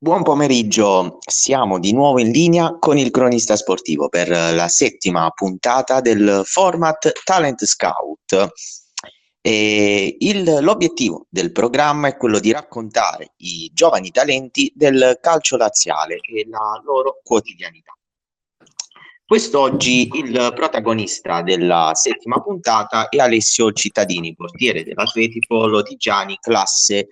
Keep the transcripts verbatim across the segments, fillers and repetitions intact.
Buon pomeriggio, siamo di nuovo in linea con il cronista sportivo per la settima puntata del format Talent Scout. E il- l'obiettivo del programma è quello di raccontare i giovani talenti del calcio laziale e la loro quotidianità. Quest'oggi il protagonista della settima puntata è Alessio Cittadini, portiere dell'Atletico Lodigiani, classe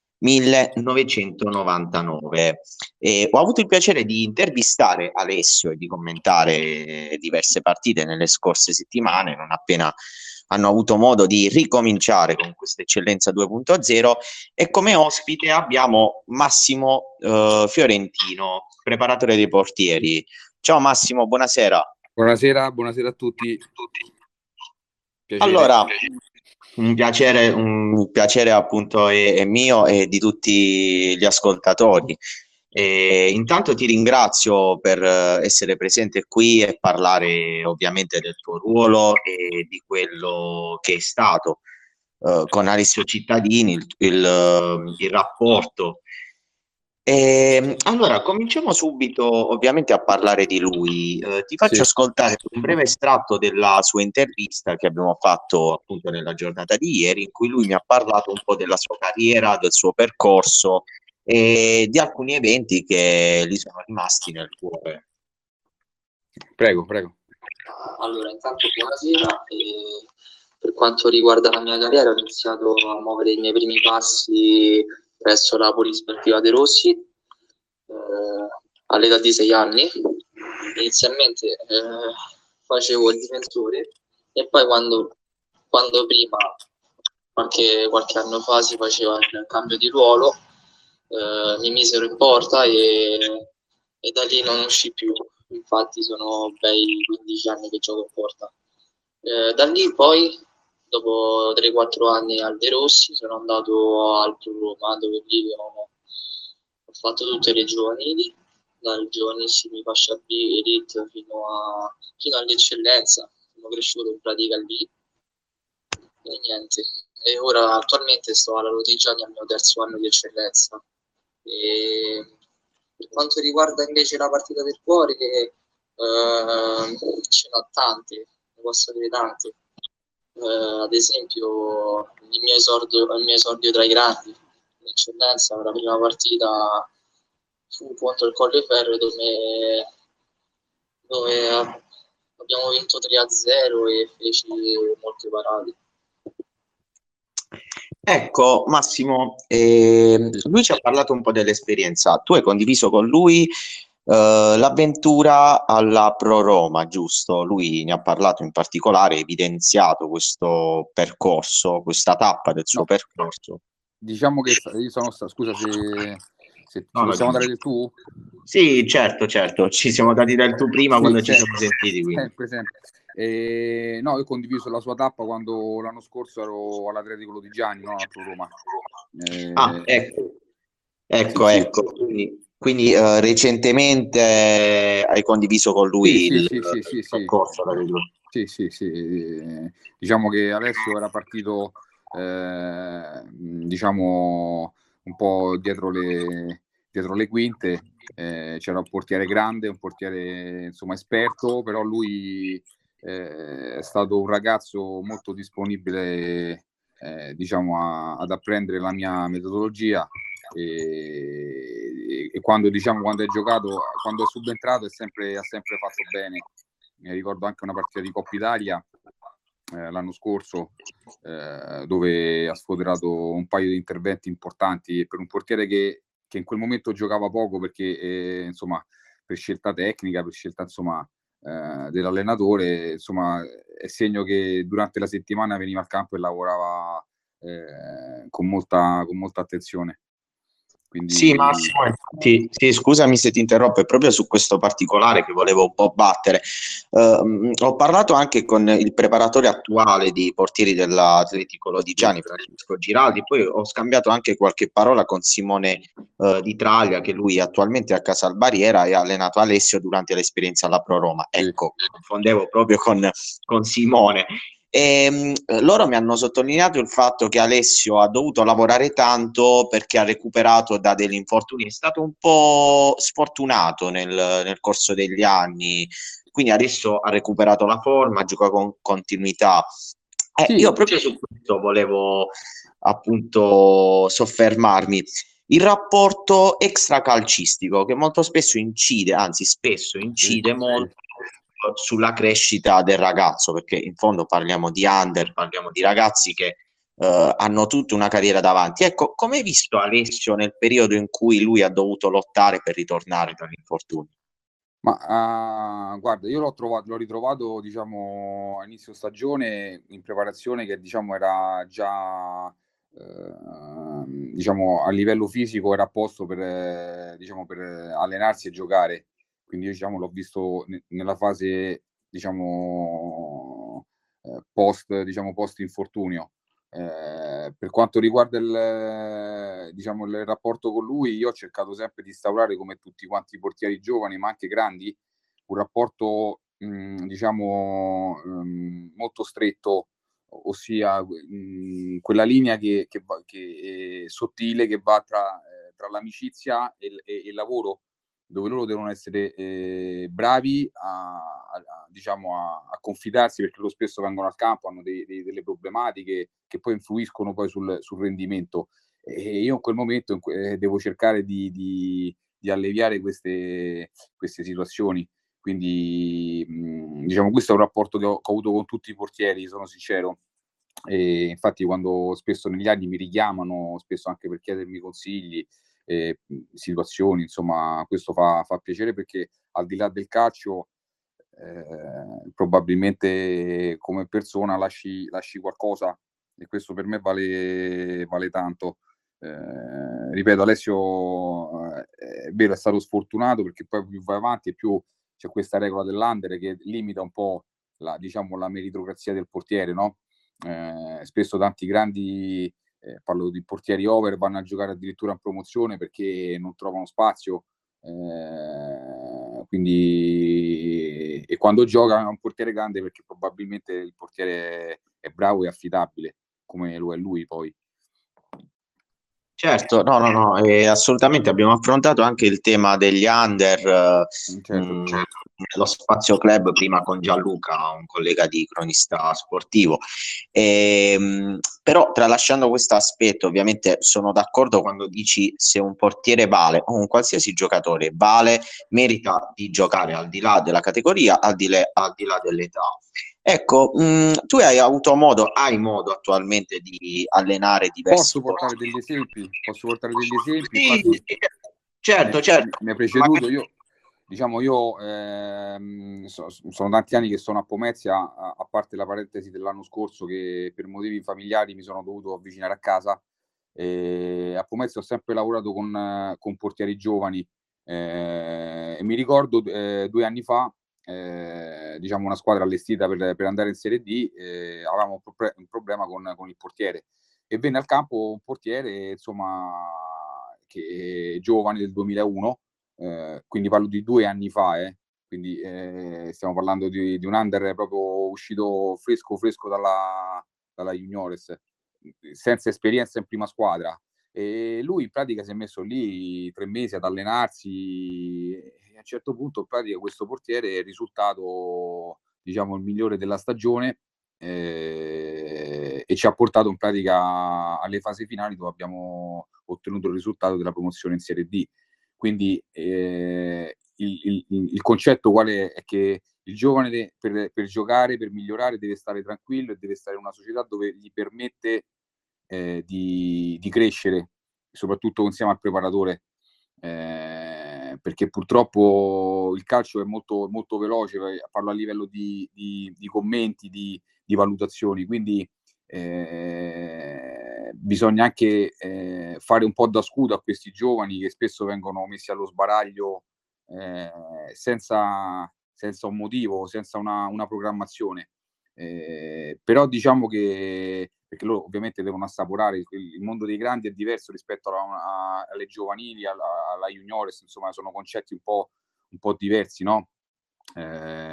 millenovecentonovantanove. E ho avuto il piacere di intervistare Alessio e di commentare diverse partite nelle scorse settimane, non appena hanno avuto modo di ricominciare con questa eccellenza due punto zero, e come ospite abbiamo Massimo eh, Fiorentino, preparatore dei portieri. Ciao Massimo, buonasera. Buonasera, buonasera a tutti. Piacere. Allora, un piacere, un piacere appunto è, è mio e di tutti gli ascoltatori. E intanto ti ringrazio per eh, essere presente qui e parlare ovviamente del tuo ruolo e di quello che è stato eh, con Alessio Cittadini, il, il, il rapporto. E, allora, cominciamo subito ovviamente a parlare di lui. Eh, ti faccio Sì. ascoltare un breve estratto della sua intervista che abbiamo fatto appunto nella giornata di ieri, in cui lui mi ha parlato un po' della sua carriera, del suo percorso e di alcuni eventi che gli sono rimasti nel cuore. Prego, prego. Allora, intanto buonasera. E per quanto riguarda la mia carriera, ho iniziato a muovere i miei primi passi presso la Polisportiva De Rossi eh, all'età di sei anni. Inizialmente eh, facevo il difensore e poi quando, quando prima, qualche, qualche anno fa, si faceva il cambio di ruolo, eh, mi misero in porta e, e da lì non uscì più. Infatti sono bei quindici anni che gioco in porta. Eh, da lì poi, dopo tre quattro anni al De Rossi, sono andato al Pro Roma, dove lì ho, ho fatto tutte le giovanili, dalle giovanissimi fascia B, elite, fino, a, fino all'eccellenza. Sono cresciuto in pratica lì e niente. E ora attualmente sto alla Lodigiani al mio terzo anno di eccellenza. E per quanto riguarda invece la partita del cuore, che eh, ce n'ho tante, ne posso dire tante. Eh, ad esempio, il mio esordio, il mio esordio tra i grandi, in eccellenza, la prima partita fu contro il Colleferro, dove, dove abbiamo vinto tre a zero e feci molte parate. Ecco, Massimo, eh, lui ci ha parlato un po' dell'esperienza. Tu hai condiviso con lui eh, l'avventura alla Pro Roma, giusto? Lui ne ha parlato in particolare, evidenziato questo percorso, questa tappa del suo No, percorso. diciamo che io sono stato, scusa se, se No, ci possiamo no, dare del tu? Sì, certo, certo, ci siamo dati del tu prima Sì, quando sempre, ci siamo sentiti, quindi. sempre, sempre. E, no, io ho condiviso la sua tappa quando l'anno scorso ero all'Atletico Lodigiani, non al Pro Roma. Eh, Ah, ecco, ecco, sì, sì. ecco. Quindi, quindi eh, recentemente eh, hai condiviso con lui Sì, il, sì, sì, sì, il sì. percorso, la verità. Sì, sì, sì. Eh, diciamo che Alessio era partito, eh, diciamo, un po' dietro le, dietro le quinte. Eh, c'era un portiere grande, un portiere insomma esperto, però lui eh, è stato un ragazzo molto disponibile, eh, diciamo, a, ad apprendere la mia metodologia. E, e quando diciamo quando è giocato, quando è subentrato, è sempre, ha sempre fatto bene. Mi ricordo anche una partita di Coppa Italia eh, l'anno scorso eh, dove ha sfoderato un paio di interventi importanti per un portiere che, che in quel momento giocava poco perché eh, insomma per scelta tecnica, per scelta insomma eh, dell'allenatore, insomma è segno che durante la settimana veniva al campo e lavorava eh, con molta, con molta attenzione. Quindi... Sì, Massimo, infatti, sì, scusami se ti interrompo, è proprio su questo particolare che volevo un po' battere. Uh, ho parlato anche con il preparatore attuale di portieri dell'Atletico Lodigiani, Francesco Giraldi, poi ho scambiato anche qualche parola con Simone uh, Di Traglia, che lui attualmente è a Casalbariera e ha allenato Alessio durante l'esperienza alla Pro Roma. Ecco, confondevo proprio con, con Simone. E, mh, loro mi hanno sottolineato il fatto che Alessio ha dovuto lavorare tanto perché ha recuperato da degli infortuni, è stato un po' sfortunato nel, nel corso degli anni, quindi adesso ha recuperato la forma, gioca con continuità. Eh, io Sì, proprio su questo volevo appunto soffermarmi. Il rapporto extracalcistico che molto spesso incide, anzi spesso sì, incide sì. molto sulla crescita del ragazzo, perché in fondo parliamo di under, parliamo di ragazzi che eh, hanno tutta una carriera davanti. Ecco, come hai visto Alessio nel periodo in cui lui ha dovuto lottare per ritornare dall'infortunio? Ma uh, guarda, io l'ho trovato, l'ho ritrovato, diciamo, a inizio stagione in preparazione che diciamo era già eh, diciamo a livello fisico era a posto per, eh, diciamo, per allenarsi e giocare. Quindi io diciamo l'ho visto ne- nella fase diciamo eh, post diciamo post infortunio. Eh, per quanto riguarda il, diciamo, il rapporto con lui, io ho cercato sempre di instaurare, come tutti quanti i portieri giovani, ma anche grandi, un rapporto, mh, diciamo, mh, molto stretto, ossia mh, quella linea che, che, va, che è sottile che va tra, eh, tra l'amicizia e, e, e il lavoro, dove loro devono essere eh, bravi a, a, diciamo a, a confidarsi, perché loro spesso vengono al campo, hanno dei, dei, delle problematiche che poi influiscono poi sul, sul rendimento. E io in quel momento eh, devo cercare di, di, di alleviare queste, queste situazioni. Quindi mh, diciamo questo è un rapporto che ho, che ho avuto con tutti i portieri, sono sincero. E infatti quando spesso negli anni mi richiamano, spesso anche per chiedermi consigli, eh, situazioni, insomma, questo fa, fa piacere, perché al di là del calcio eh, probabilmente come persona lasci, lasci qualcosa, e questo per me vale, vale tanto. Eh, ripeto, Alessio eh, è vero, è stato sfortunato, perché poi più vai avanti e più c'è questa regola dell'under che limita un po' la, diciamo, la meritocrazia del portiere, no? Eh, spesso tanti grandi, eh, parlo di portieri over, vanno a giocare addirittura in promozione perché non trovano spazio. Eh, quindi e quando gioca è un portiere grande perché probabilmente il portiere è bravo e affidabile, come lo è lui poi. Certo, no, no, no, eh, assolutamente. Abbiamo affrontato anche il tema degli under, eh, Certo. mh, nello Spazio Club, prima con Gianluca, un collega di cronista sportivo. E, mh, però, tralasciando questo aspetto, ovviamente sono d'accordo quando dici se un portiere vale, o un qualsiasi giocatore vale, merita di giocare al di là della categoria, al di, le- al di là dell'età. Ecco, mh, tu hai avuto modo, hai modo attualmente di allenare diversi Posso portare degli portieri? esempi? Posso portare degli esempi? Sì, Infatti, certo, certo. mi ha preceduto. Magari- Io, diciamo, io ehm, so- sono tanti anni che sono a Pomezia, a, a parte la parentesi dell'anno scorso che per motivi familiari mi sono dovuto avvicinare a casa. E a Pomezia ho sempre lavorato con, eh, con portieri giovani, eh, e mi ricordo eh, due anni fa, eh, diciamo una squadra allestita per, per andare in Serie D, eh, avevamo un, pro- un problema con, con il portiere, e venne al campo un portiere, insomma, che è giovane, del duemilauno, eh, quindi parlo di due anni fa, eh, quindi eh, stiamo parlando di, di un under proprio uscito fresco fresco dalla, dalla Juniores, senza esperienza in prima squadra. E lui in pratica si è messo lì tre mesi ad allenarsi, e a un certo punto in pratica questo portiere è risultato, diciamo, il migliore della stagione, eh, e ci ha portato in pratica alle fasi finali, dove abbiamo ottenuto il risultato della promozione in Serie D. Quindi eh, il, il, il concetto qual è? È che il giovane de, per, per giocare, per migliorare, deve stare tranquillo e deve stare in una società dove gli permette eh, di, di crescere, soprattutto insieme al preparatore, eh, perché purtroppo il calcio è molto, molto veloce, parlo a livello di, di, di commenti, di, di valutazioni, quindi eh, bisogna anche eh, fare un po' da scudo a questi giovani che spesso vengono messi allo sbaraglio eh, senza, senza un motivo, senza una, una programmazione. Eh, però diciamo che, perché loro ovviamente devono assaporare, il, il mondo dei grandi è diverso rispetto alla, a, alle giovanili, alla, alla juniores, insomma sono concetti un po', un po' diversi, no? Eh,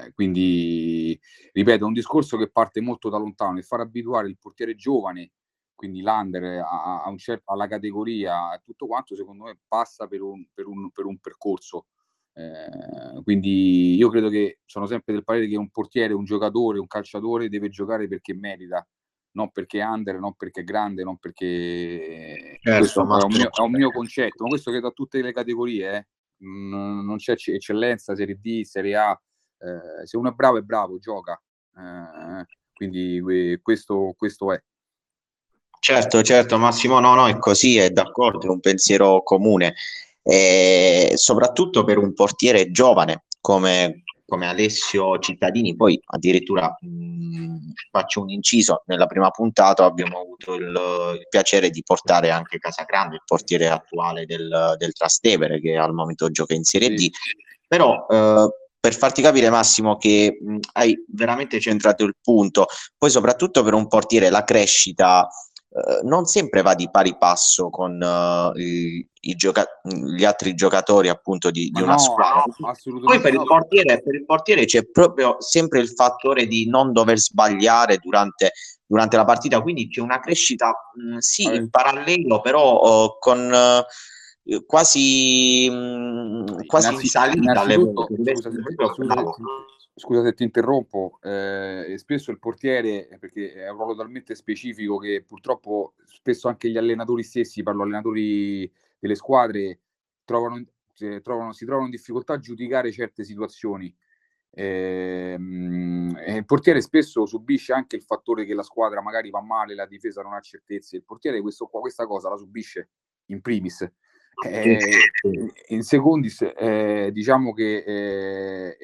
Eh, quindi, ripeto, è un discorso che parte molto da lontano, e far abituare il portiere giovane, quindi l'under, a, a un certo, alla categoria e tutto quanto, secondo me passa per un, per un, per un percorso. Eh, quindi io credo che, sono sempre del parere che un portiere, un giocatore, un calciatore deve giocare perché merita, non perché è under, non perché è grande, non perché... Certo, questo ma è un, mio, è un mio concetto, ma questo credo a tutte le categorie, eh. non, non c'è eccellenza, Serie D, Serie A, eh, se uno è bravo è bravo, gioca, eh, quindi que- questo, questo è. certo, certo, Massimo, no, no, è così, è d'accordo, è un pensiero comune, e soprattutto per un portiere giovane come, come Alessio Cittadini. Poi addirittura mh, faccio un inciso: nella prima puntata abbiamo avuto il, il piacere di portare anche Casagrande, il portiere attuale del, del Trastevere, che al momento gioca in Serie D, però eh, per farti capire, Massimo, che mh, hai veramente centrato il punto. Poi soprattutto per un portiere la crescita Uh, non sempre va di pari passo con uh, i, i gioca- gli altri giocatori, appunto, di, Ma di una no, squadra. Poi assolutamente per il no. portiere, per il portiere c'è proprio sempre il fattore di non dover sbagliare durante, durante la partita, quindi c'è una crescita, mh, sì, Vabbè, in parallelo, però uh, con uh, quasi, mh, quasi in innanzi- salita alle innanzitutto, volte. Deve scusa essere se, ti, proprio scusa se bravo. ti- scusa se ti interrompo, eh, spesso il portiere, perché è un ruolo talmente specifico che purtroppo spesso anche gli allenatori stessi, parlo allenatori delle squadre, trovano, eh, trovano, si trovano in difficoltà a giudicare certe situazioni. Ehm, e il portiere spesso subisce anche il fattore che la squadra magari va male, la difesa non ha certezze. Il portiere questo, questa cosa la subisce in primis. Eh, in secondis, eh, diciamo che eh,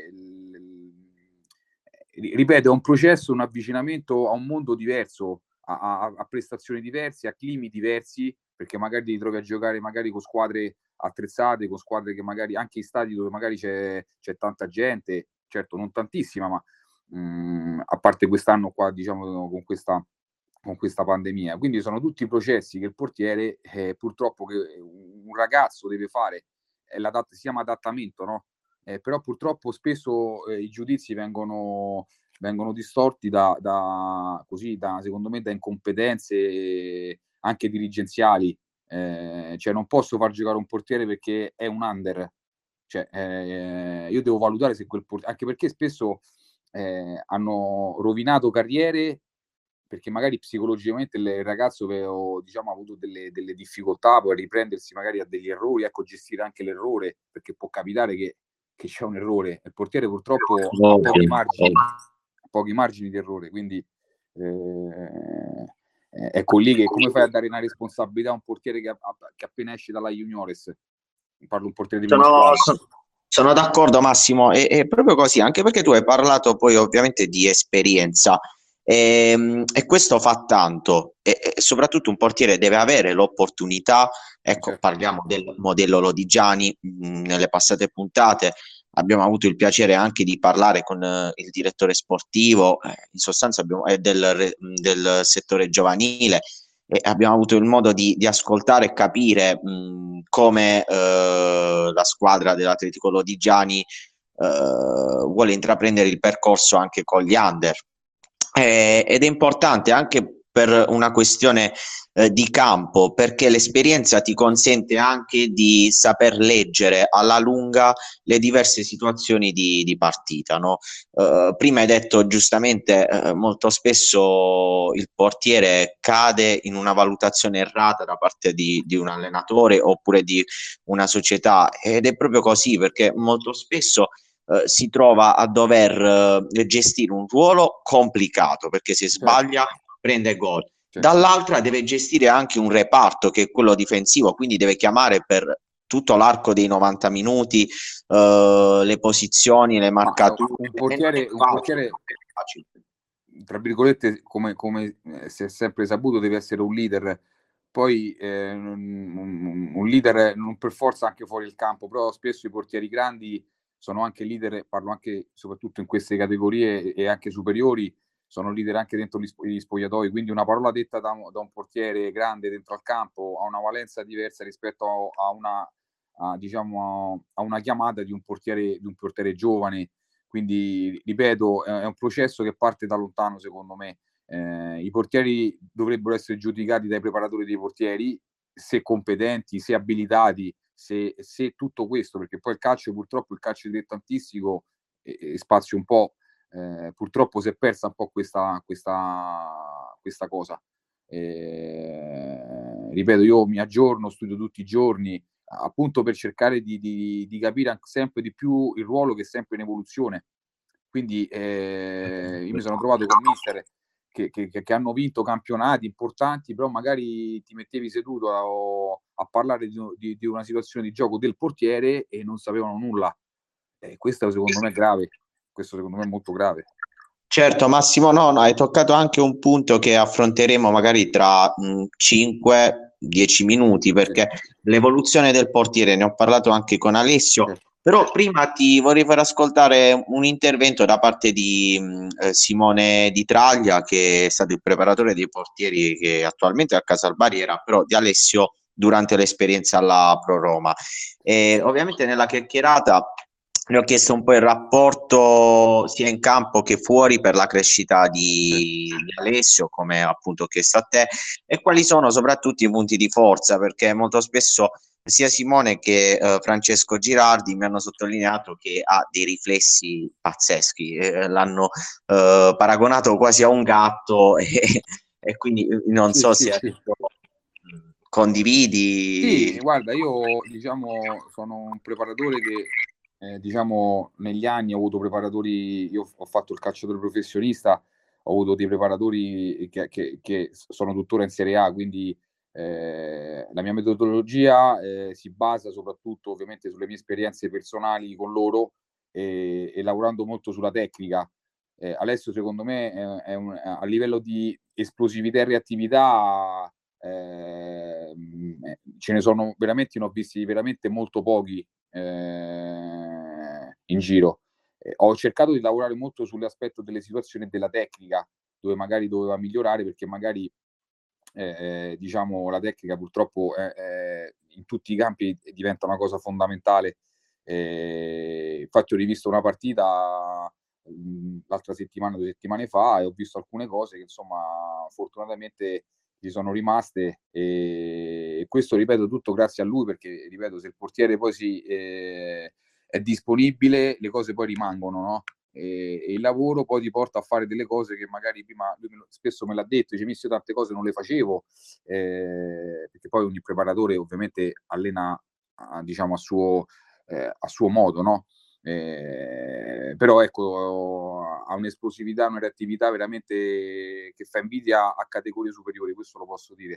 ripeto, è un processo, un avvicinamento a un mondo diverso, a, a, a prestazioni diverse, a climi diversi, perché magari ti trovi a giocare magari con squadre attrezzate, con squadre che magari anche in stadi dove magari c'è, c'è tanta gente, certo non tantissima, ma mh, a parte quest'anno qua, diciamo, con questa con questa pandemia. Quindi sono tutti processi che il portiere, eh, purtroppo, che un ragazzo deve fare, è si chiama adattamento, no? Eh, però purtroppo spesso eh, i giudizi vengono, vengono distorti da, da, così, da, secondo me, da incompetenze anche dirigenziali. Eh, cioè non posso far giocare un portiere perché è un under. Cioè, eh, io devo valutare se quel portiere, anche perché spesso eh, hanno rovinato carriere perché magari psicologicamente il ragazzo aveva, diciamo, ha avuto delle, delle difficoltà poi a riprendersi magari a degli errori, ecco, gestire anche l'errore, perché può capitare che, che c'è un errore. Il portiere purtroppo ha pochi margini, pochi margini di errore, quindi eh, ecco lì che come fai a dare una responsabilità a un portiere che, che appena esce dalla juniores? Parlo un portiere di prima Sono, squadra. sono- sono d'accordo, Massimo, è, è proprio così, anche perché tu hai parlato poi ovviamente di esperienza, e, e questo fa tanto, e, e soprattutto un portiere deve avere l'opportunità. Ecco, Certo. parliamo del modello Lodigiani. Mh, nelle passate puntate abbiamo avuto il piacere anche di parlare con eh, il direttore sportivo, eh, in sostanza abbiamo, eh, del, re- del settore giovanile, e abbiamo avuto il modo di, di ascoltare e capire mh, come eh, la squadra dell'Atletico Lodigiani eh, vuole intraprendere il percorso anche con gli under. Eh, ed è importante anche per una questione eh, di campo, perché l'esperienza ti consente anche di saper leggere alla lunga le diverse situazioni di, di partita, no? Uh, prima hai detto giustamente, uh, molto spesso il portiere cade in una valutazione errata da parte di, di un allenatore oppure di una società, ed è proprio così, perché molto spesso uh, si trova a dover uh, gestire un ruolo complicato, perché se Certo. sbaglia prende gol. Certo. Dall'altra deve gestire anche un reparto che è quello difensivo, quindi deve chiamare per tutto l'arco dei novanta minuti uh, le posizioni, le marcature. Un portiere, un portiere, tra virgolette, come, come si è sempre saputo, deve essere un leader. Poi eh, un, un leader non per forza anche fuori il campo, però spesso i portieri grandi sono anche leader, parlo anche soprattutto in queste categorie e anche superiori, sono leader anche dentro gli, gli spogliatoi, quindi una parola detta da, da un portiere grande dentro al campo ha una valenza diversa rispetto a una, a, diciamo, a una chiamata di un portiere, di un portiere giovane. quindi ripeto, è un processo che parte da lontano secondo me. Eh, i portieri dovrebbero essere giudicati dai preparatori dei portieri, se competenti, se abilitati, se, se tutto questo, perché poi il calcio, purtroppo il calcio dilettantistico e, e spazio un po', eh, purtroppo si è persa un po' questa, questa, questa cosa. Eh, ripeto, io mi aggiorno, studio tutti i giorni, appunto per cercare di, di, di capire sempre di più il ruolo che è sempre in evoluzione. Quindi eh, io mi sono trovato con mister che, che, che hanno vinto campionati importanti, però magari ti mettevi seduto a, a parlare di, di, di una situazione di gioco del portiere e non sapevano nulla. Eh, questo secondo me è grave, questo secondo me è molto grave. Certo, Massimo, no, no, hai toccato anche un punto che affronteremo magari tra cinque dieci minuti, perché sì, l'evoluzione del portiere, ne ho parlato anche con Alessio, sì, però prima ti vorrei far ascoltare un intervento da parte di eh, Simone Di Traglia, che è stato il preparatore dei portieri che attualmente è a Casalbariera, però di Alessio durante l'esperienza alla Pro Roma. E ovviamente nella chiacchierata ne ho chiesto un po' il rapporto sia in campo che fuori per la crescita di, di Alessio, come appunto ho chiesto a te, e quali sono soprattutto i punti di forza, perché molto spesso sia Simone che eh, Francesco Girardi mi hanno sottolineato che ha dei riflessi pazzeschi, eh, l'hanno eh, paragonato quasi a un gatto e, e quindi non sì, so sì, se sì. condividi. Sì, guarda, io diciamo sono un preparatore che eh, diciamo negli anni ho avuto preparatori, io ho fatto il calciatore professionista, ho avuto dei preparatori che, che, che sono tuttora in Serie A, quindi eh, la mia metodologia eh, si basa soprattutto ovviamente sulle mie esperienze personali con loro e, e lavorando molto sulla tecnica. Eh, Alessio secondo me è, è un, a livello di esplosività e reattività eh, ce ne sono veramente, ne ho visti veramente molto pochi eh, in giro. Eh, ho cercato di lavorare molto sull'aspetto delle situazioni e della tecnica, dove magari doveva migliorare, perché magari eh, diciamo la tecnica purtroppo eh, eh, in tutti i campi diventa una cosa fondamentale. Eh, infatti ho rivisto una partita mh, l'altra settimana, due settimane fa, e ho visto alcune cose che insomma fortunatamente ci sono rimaste, e questo ripeto tutto grazie a lui, perché ripeto, se il portiere poi si, eh, è disponibile, le cose poi rimangono, no? E, e il lavoro poi ti porta a fare delle cose che magari prima lui me lo, spesso me l'ha detto, dice Mister, tante cose non le facevo, eh, perché poi ogni preparatore ovviamente allena a, diciamo a suo, eh, a suo modo, no? Eh, però ecco, ha un'esplosività, una reattività veramente che fa invidia a categorie superiori, questo lo posso dire.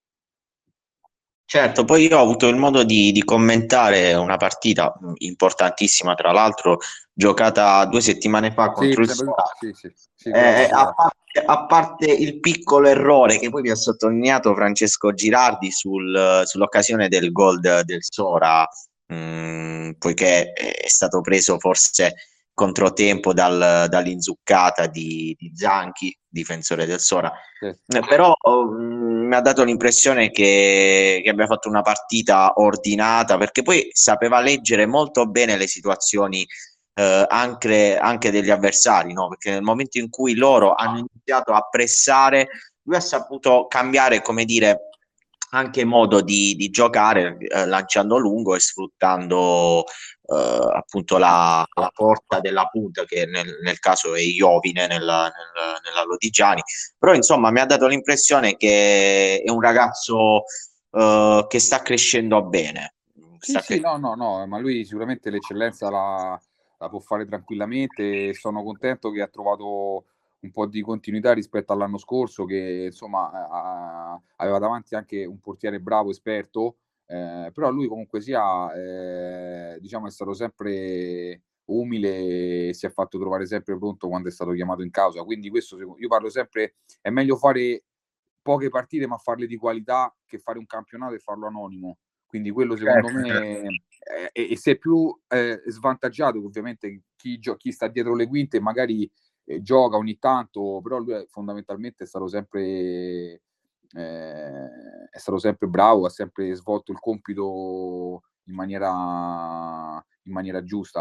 Certo, poi io ho avuto il modo di, di commentare una partita importantissima, tra l'altro, giocata due settimane fa Sì, contro il sempre, Sora. sì, sì, sì, quella Eh, a partita. parte, a parte il piccolo errore che poi mi ha sottolineato Francesco Girardi sul- sull'occasione del gol de- del Sora, mh, poiché è stato preso forse controtempo dal- dall'inzuccata di, di Zanchi, difensore del Sora. Sì. Eh, però mh, mi ha dato l'impressione che, che abbia fatto una partita ordinata, perché poi sapeva leggere molto bene le situazioni eh, anche, anche degli avversari, no? Perché nel momento in cui loro hanno iniziato a pressare, lui ha saputo cambiare, come dire, anche modo di, di giocare, eh, lanciando lungo e sfruttando eh, appunto la, la porta della punta, che nel, nel caso è Iovine nella, nella, nella Lodigiani. Però insomma mi ha dato l'impressione che è un ragazzo eh, che sta crescendo bene. Sì, Sta sì, crescendo. no, no, no, ma lui sicuramente l'eccellenza la, la può fare tranquillamente, e sono contento che ha trovato un po' di continuità rispetto all'anno scorso, che insomma a- aveva davanti anche un portiere bravo, esperto, eh, però lui comunque sia, eh, diciamo, è stato sempre umile e si è fatto trovare sempre pronto quando è stato chiamato in causa, quindi questo io parlo sempre, è meglio fare poche partite ma farle di qualità che fare un campionato e farlo anonimo. Quindi quello secondo Certo, certo. me è, e se è più eh, svantaggiato, ovviamente chi, gio- chi sta dietro le quinte magari eh, gioca ogni tanto, però lui è, fondamentalmente è stato sempre eh, è stato sempre bravo, ha sempre svolto il compito in maniera, in maniera giusta.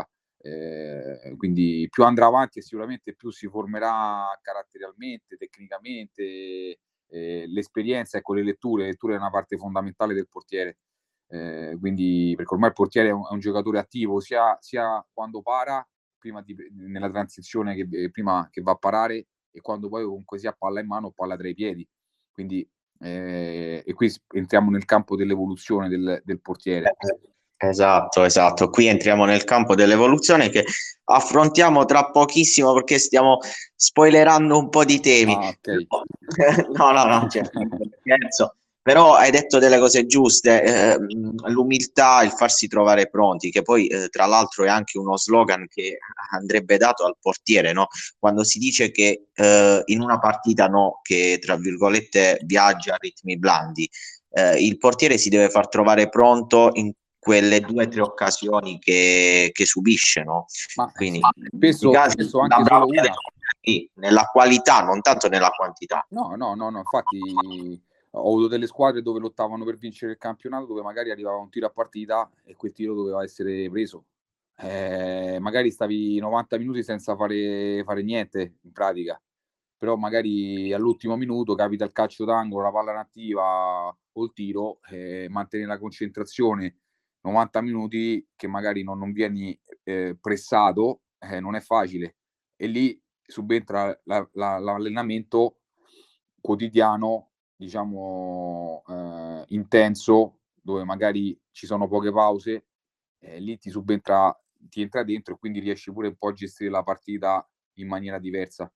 Eh, quindi più andrà avanti e sicuramente più si formerà caratterialmente, tecnicamente, eh, l'esperienza, ecco, le letture, le letture è una parte fondamentale del portiere, eh, quindi perché ormai il portiere è un, è un giocatore attivo sia, sia quando para, prima di, nella transizione che, eh, prima che va a parare, e quando poi comunque sia palla in mano o palla tra i piedi, quindi eh, e qui entriamo nel campo dell'evoluzione del, del portiere. Esatto, esatto. Qui entriamo nel campo dell'evoluzione che affrontiamo tra pochissimo perché stiamo spoilerando un po' di temi. Ah, okay. No, no, no, cioè, scherzo. Però hai detto delle cose giuste, eh, l'umiltà, il farsi trovare pronti, che poi eh, tra l'altro è anche uno slogan che andrebbe dato al portiere, no? Quando si dice che eh, in una partita no, che tra virgolette viaggia a ritmi blandi, eh, il portiere si deve far trovare pronto in quelle due o tre occasioni che, che subisce, no? Ma Quindi spesso, casi, spesso anche solo una. Sì, nella qualità, non tanto nella quantità. No, no, no, no, infatti ho avuto delle squadre dove lottavano per vincere il campionato, dove magari arrivava un tiro a partita e quel tiro doveva essere preso. Eh, magari stavi novanta minuti senza fare, fare niente in pratica, però magari all'ultimo minuto capita il calcio d'angolo, la palla inattiva o il tiro, eh, mantenere la concentrazione novanta minuti che magari non, non vieni eh, pressato, eh, non è facile, e lì subentra la, la, l'allenamento quotidiano, diciamo eh, intenso, dove magari ci sono poche pause, eh, lì ti subentra, ti entra dentro e quindi riesci pure un po' a gestire la partita in maniera diversa.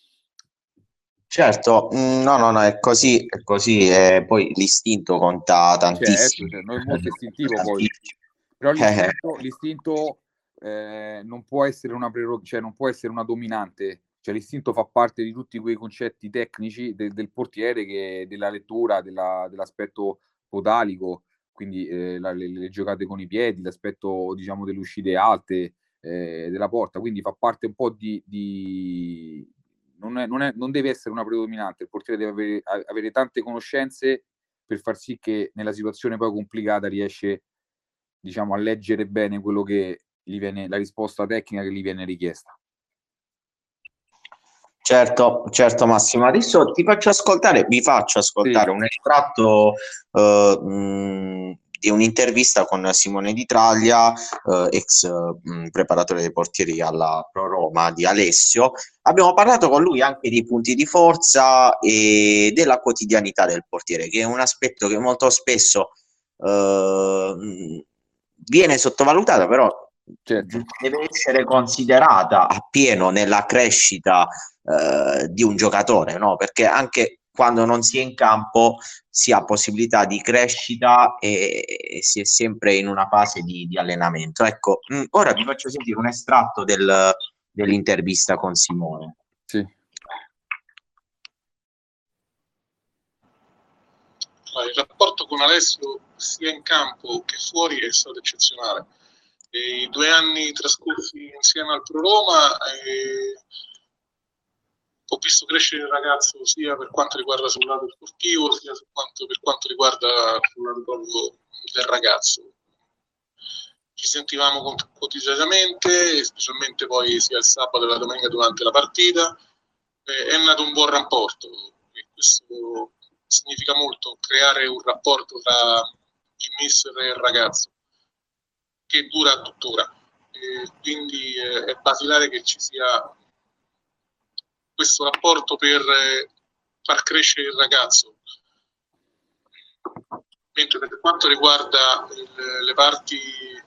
Certo, no, no, no, è così, è così, e poi l'istinto conta tantissimo. Certo, cioè, non è molto istintivo poi, però l'istinto, l'istinto eh, non può essere una prerog- cioè non può essere una dominante, cioè l'istinto fa parte di tutti quei concetti tecnici de- del portiere, che della lettura, della, dell'aspetto podalico, quindi eh, la, le, le giocate con i piedi, l'aspetto diciamo delle uscite alte eh, della porta, quindi fa parte un po' di, di... Non, è, non, è, non deve essere una predominante, il portiere deve avere, avere tante conoscenze per far sì che nella situazione poi complicata riesce, diciamo, a leggere bene quello che gli viene, la risposta tecnica che gli viene richiesta. Certo, certo Massimo, adesso ti faccio ascoltare, vi faccio ascoltare sì. un estratto uh, mh, di un'intervista con Simone Di Traglia, uh, ex mh, preparatore dei portieri alla Pro Roma di Alessio. Abbiamo parlato con lui anche dei punti di forza e della quotidianità del portiere, che è un aspetto che molto spesso uh, viene sottovalutata, però certo. deve essere considerata appieno nella crescita eh, di un giocatore, no? Perché anche quando non si è in campo si ha possibilità di crescita e, e si è sempre in una fase di, di allenamento. Ecco, mh, ora vi faccio sentire un estratto del, dell'intervista con Simone. Sì. Il rapporto con Alessio sia in campo che fuori è stato eccezionale. E i due anni trascorsi insieme al Pro Roma eh, ho visto crescere il ragazzo sia per quanto riguarda sul lato sportivo sia su quanto, per quanto riguarda sul lato proprio del ragazzo. Ci sentivamo quotidianamente, specialmente poi sia il sabato che la domenica durante la partita. Eh, è nato un buon rapporto e questo significa molto, creare un rapporto tra il mister e il ragazzo che dura tuttora, e quindi eh, è basilare che ci sia questo rapporto per eh, far crescere il ragazzo. Mentre per quanto riguarda le, le parti, i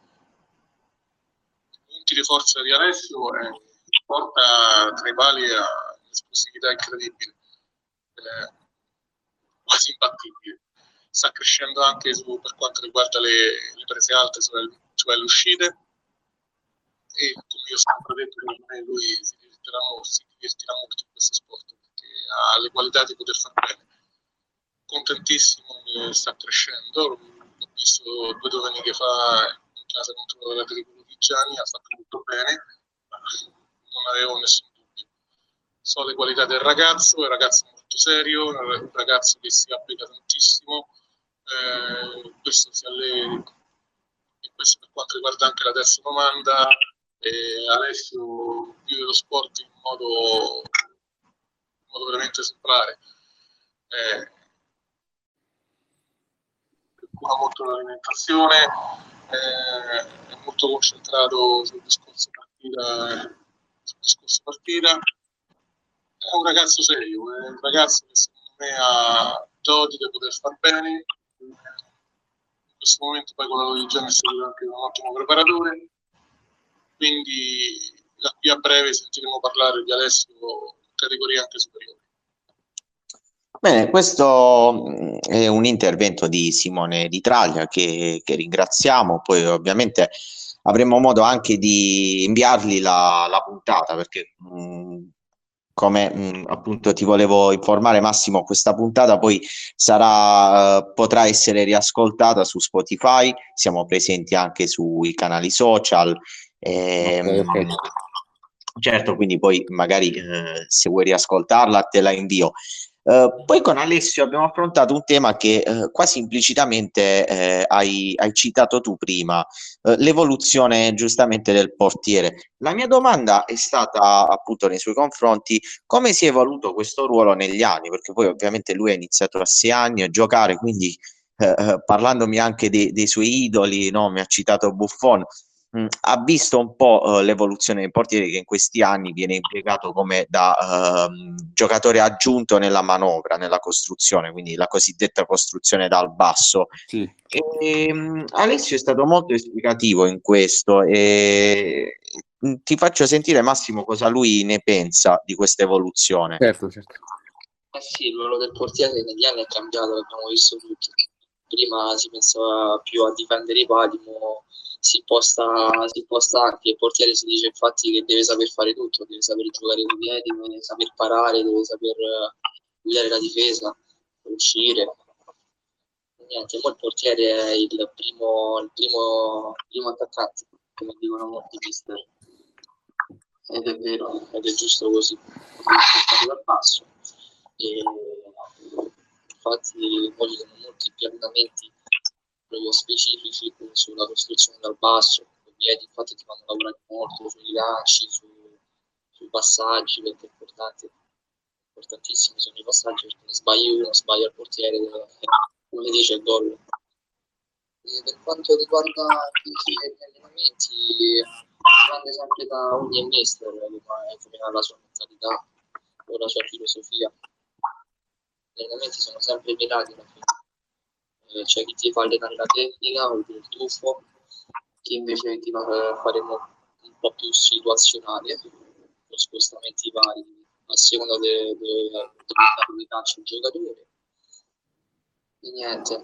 punti di forza di Alessio, eh, porta tra i pali a un'esplosività incredibile, eh, quasi imbattibile. Sta crescendo anche su, per quanto riguarda le, le prese alte, cioè, cioè le uscite, e come io ho sempre detto, lui si divertirà molto, si divertirà molto in questo sport perché ha le qualità di poter far bene. Contentissimo che sta crescendo, l'ho visto due domeniche fa in casa contro la Tripolo di Gianni, ha fatto molto bene, ma non avevo nessun dubbio. So le qualità del ragazzo, è un ragazzo molto serio, è un ragazzo che si applica tantissimo, eh, questo si alle... e questo per quanto riguarda anche la terza domanda, e Alessio vive lo sport in modo, in modo veramente esemplare. Eh, cura molto l'alimentazione, eh, è molto concentrato sul discorso partita, sul discorso partita. È un ragazzo serio, è un ragazzo che secondo me ha doti da poter far bene. In questo momento poi con la Lodigiana è stato anche un ottimo preparatore, quindi da qui a breve sentiremo parlare di Alessio in categorie anche superiori. Bene, questo è un intervento di Simone Di Traglia che, che ringraziamo, poi ovviamente avremo modo anche di inviargli la, la puntata perché mh, come mh, appunto ti volevo informare Massimo, questa puntata poi sarà, eh, potrà essere riascoltata su Spotify, siamo presenti anche sui canali social. ehm, Ok, ok. Certo, quindi poi magari eh, se vuoi riascoltarla te la invio. Eh, poi con Alessio abbiamo affrontato un tema che eh, quasi implicitamente eh, hai, hai citato tu prima, eh, l'evoluzione giustamente del portiere. La mia domanda è stata appunto nei suoi confronti come si è evoluto questo ruolo negli anni, perché poi ovviamente lui ha iniziato a sei anni a giocare, quindi eh, eh, parlandomi anche dei, dei suoi idoli, no? Mi ha citato Buffon. mh, ha visto un po' eh, l'evoluzione dei portieri che in questi anni viene impiegato come da ehm, giocatore aggiunto nella manovra, nella costruzione, quindi la cosiddetta costruzione dal basso. Sì, E, mh, Alessio è stato molto esplicativo in questo e mh, ti faccio sentire Massimo cosa lui ne pensa di questa evoluzione. certo, certo. Eh sì, il ruolo del portiere negli anni è cambiato, l'abbiamo visto tutti. Prima si pensava più a difendere i pali, mo si posta, si posta anche. Il portiere si dice infatti che deve saper fare tutto, deve saper giocare con i piedi, deve saper parare, deve saper eh, guidare la difesa, uscire. Niente, mo il portiere è il primo, il primo, il primo attaccante, come dicono molti mister. Ed è vero, ed è giusto così, così dal basso. E infatti poi ci sono molti più allenamenti proprio specifici sulla costruzione dal basso, con i piedi, infatti ti fanno lavorare molto sui lanci, su, sui passaggi, perché è importante, importantissimi sono i passaggi, perché ne sbagli uno, sbaglia il portiere, come dice il gol. E per quanto riguarda gli allenamenti, dipende sempre da ogni mister, come ha la sua mentalità o la sua filosofia. Gli allenamenti sono sempre mirati alla fine. Eh, c'è chi ti fa allenare la tecnica o il tuffo, chi invece ti fa fare un po' più situazionale, con spostamenti vari a seconda delle calcio del giocatore. E niente.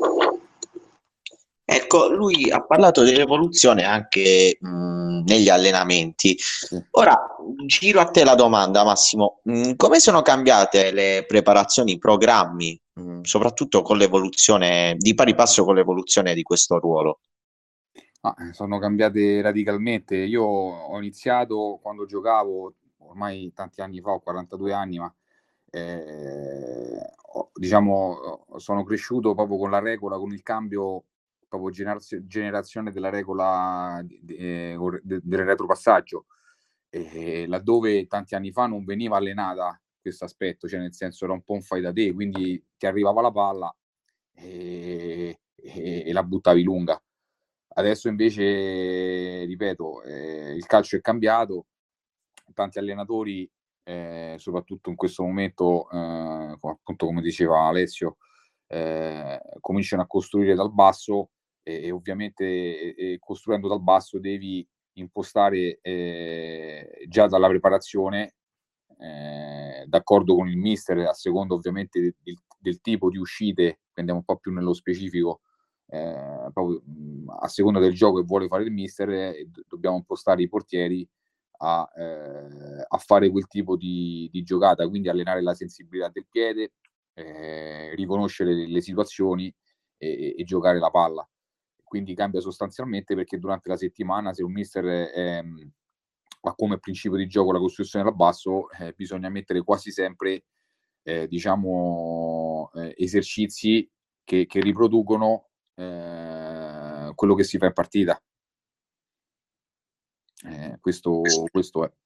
Ecco, lui ha parlato dell'evoluzione anche mh, negli allenamenti. Sì. Ora, giro a te la domanda, Massimo. Mh, come sono cambiate le preparazioni, i programmi, mh, soprattutto con l'evoluzione, di pari passo con l'evoluzione di questo ruolo? Ah, sono cambiate radicalmente. Io ho iniziato quando giocavo, ormai tanti anni fa, ho quarantadue anni, ma eh, ho- diciamo, sono cresciuto proprio con la regola, con il cambio proprio generazio- generazione della regola di- di- eh, de- del retropassaggio, e laddove tanti anni fa non veniva allenata questo aspetto, cioè nel senso era un po' un fai da te, quindi ti arrivava la palla e, e- e la buttavi lunga. Adesso invece, ripeto, eh, il calcio è cambiato, tanti allenatori, eh, soprattutto in questo momento, eh, come, appunto come diceva Alessio, eh, cominciano a costruire dal basso e, e ovviamente e, e costruendo dal basso devi impostare eh, già dalla preparazione, eh, d'accordo con il mister, a seconda ovviamente del, del tipo di uscite, andiamo un po' più nello specifico, eh, proprio, mh, a seconda del gioco che vuole fare il mister, eh, dobbiamo impostare i portieri a, eh, a fare quel tipo di, di giocata, quindi allenare la sensibilità del piede, eh, riconoscere le, le situazioni e, e giocare la palla. Quindi cambia sostanzialmente perché durante la settimana, se un mister ehm, ha come principio di gioco la costruzione dal basso, eh, bisogna mettere quasi sempre eh, diciamo eh, esercizi che, che riproducono eh, quello che si fa in partita. Eh, questo, questo è.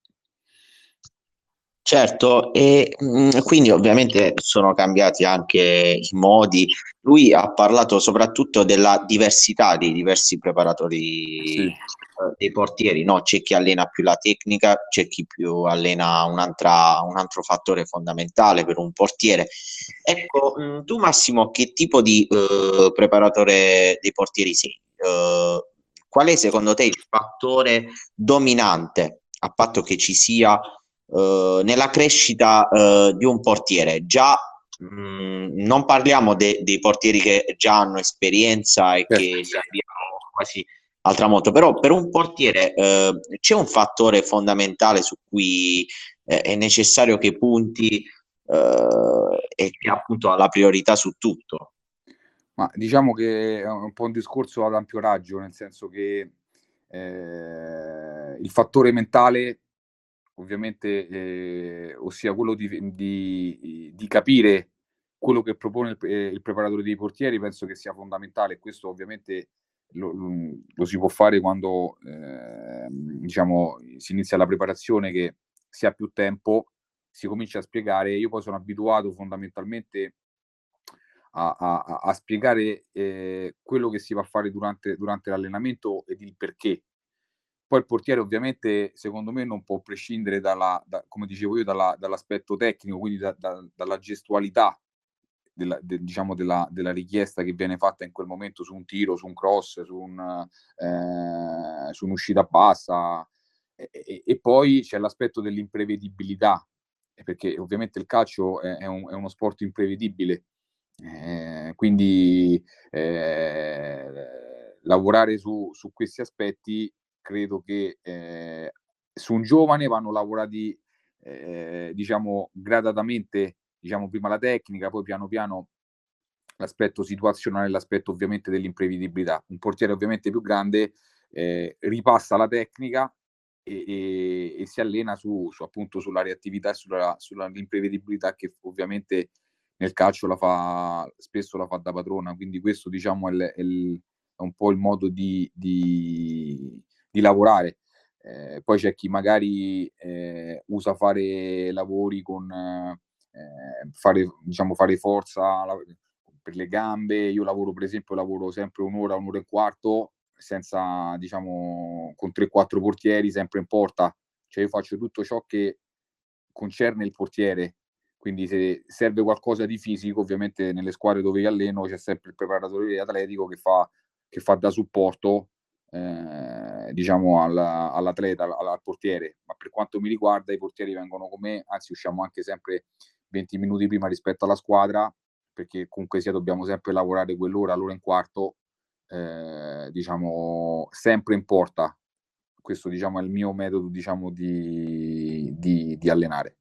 Certo, e mh, quindi ovviamente sono cambiati anche i modi. Lui ha parlato soprattutto della diversità dei diversi preparatori Sì. eh, dei portieri, no? C'è chi allena più la tecnica, c'è chi più allena un'altra, un altro fattore fondamentale per un portiere. Ecco, mh, tu Massimo, che tipo di eh, preparatore dei portieri sei? Eh, qual è secondo te il fattore dominante, a patto che ci sia eh, nella crescita eh, di un portiere? Già mh, non parliamo de- dei portieri che già hanno esperienza e Certo. che si avviano quasi al tramonto, però per un portiere eh, c'è un fattore fondamentale su cui eh, è necessario che punti eh, e che appunto ha la priorità su tutto. Ma diciamo che è un po' un discorso ad ampio raggio, nel senso che eh, il fattore mentale, ovviamente, eh, ossia quello di, di, di capire quello che propone il, eh, il preparatore dei portieri, penso che sia fondamentale. Questo ovviamente lo, lo, lo si può fare quando eh, diciamo, si inizia la preparazione, che si ha più tempo, si comincia a spiegare. Io poi sono abituato fondamentalmente A, a, a spiegare eh, quello che si va a fare durante, durante l'allenamento ed il perché. Poi il portiere ovviamente, secondo me, non può prescindere dalla, da, come dicevo io, dalla, dall'aspetto tecnico, quindi da, da, dalla gestualità della, de, diciamo della, della richiesta che viene fatta in quel momento su un tiro, su un cross, su, un, eh, su un'uscita bassa. E, e, e poi c'è l'aspetto dell'imprevedibilità, perché ovviamente il calcio è, è, un, è uno sport imprevedibile. Eh, quindi eh, lavorare su, su questi aspetti credo che eh, su un giovane vanno lavorati eh, diciamo gradatamente, diciamo prima la tecnica, poi piano piano l'aspetto situazionale, l'aspetto ovviamente dell'imprevedibilità. Un portiere ovviamente più grande eh, ripassa la tecnica e, e, e si allena su, su appunto sulla reattività e sulla, sulla imprevedibilità, che ovviamente nel calcio la fa spesso la fa da padrona. Quindi questo diciamo è, il, è, il, è un po' il modo di, di, di lavorare. Eh, poi c'è chi magari eh, usa fare lavori con eh, fare, diciamo, fare forza per le gambe. Io lavoro, per esempio, lavoro sempre un'ora, un'ora e quarto, senza, diciamo, con tre quattro portieri, sempre in porta. Cioè io faccio tutto ciò che concerne il portiere. Quindi se serve qualcosa di fisico, ovviamente nelle squadre dove io alleno c'è sempre il preparatore atletico che fa, che fa da supporto eh, diciamo alla, all'atleta, al, al portiere. Ma per quanto mi riguarda i portieri vengono con me, anzi usciamo anche sempre venti minuti prima rispetto alla squadra, perché comunque sia dobbiamo sempre lavorare quell'ora, l'ora e un quarto, eh, diciamo sempre in porta. Questo diciamo è il mio metodo, diciamo, di, di, di allenare.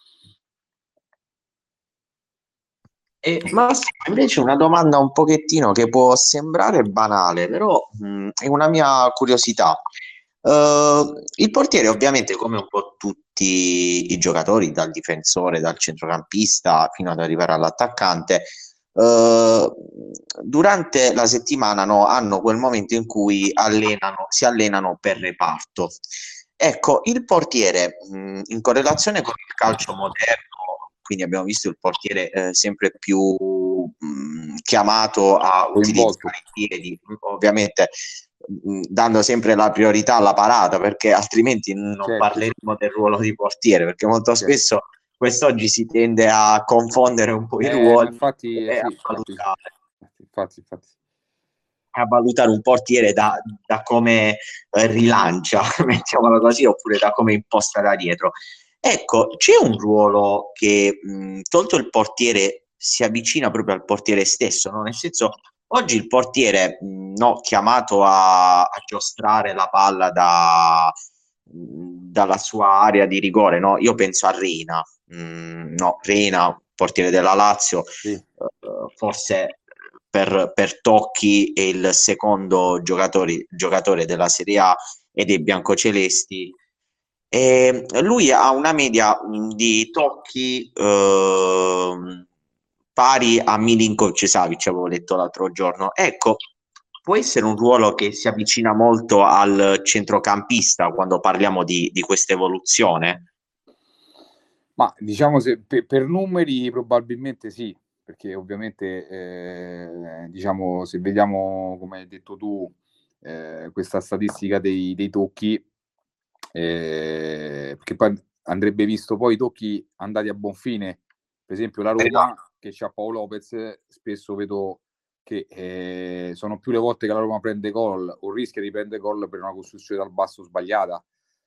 E Massimo, invece una domanda un pochettino che può sembrare banale, però mh, è una mia curiosità. Uh, il portiere, ovviamente, come un po' tutti i giocatori, dal difensore, dal centrocampista fino ad arrivare all'attaccante, uh, durante la settimana no, hanno quel momento in cui allenano, si allenano per reparto. Ecco, il portiere, mh, in correlazione con il calcio moderno, quindi abbiamo visto il portiere eh, sempre più mh, chiamato a utilizzare i piedi, ovviamente mh, dando sempre la priorità alla parata, perché altrimenti non certo. parleremo del ruolo di portiere, perché molto certo. spesso quest'oggi si tende a confondere un po' i eh, ruoli infatti, e sì, a valutare. Infatti, infatti. a valutare un portiere da, da come eh, rilancia, mettiamola così, oppure da come imposta da dietro. Ecco, c'è un ruolo che, mh, tolto il portiere, si avvicina proprio al portiere stesso, no? Nel senso, oggi il portiere, mh, no, chiamato a, a giostrare la palla da, mh, dalla sua area di rigore, no? Io penso a Reina, mh, no, Reina, portiere della Lazio, sì. uh, forse per, per tocchi è il secondo giocatore, giocatore della Serie A e dei biancocelesti. E lui ha una media di tocchi eh, pari a Milinkovic Savic, avevo letto l'altro giorno. Ecco, può essere un ruolo che si avvicina molto al centrocampista quando parliamo di, di questa evoluzione? Ma diciamo se per, per numeri probabilmente sì, perché ovviamente eh, diciamo se vediamo come hai detto tu eh, questa statistica dei, dei tocchi, eh, perché poi andrebbe visto poi i tocchi andati a buon fine, per esempio la Roma che c'ha Paolo Lopez, spesso vedo che eh, sono più le volte che la Roma prende gol o rischia di prendere gol per una costruzione dal basso sbagliata.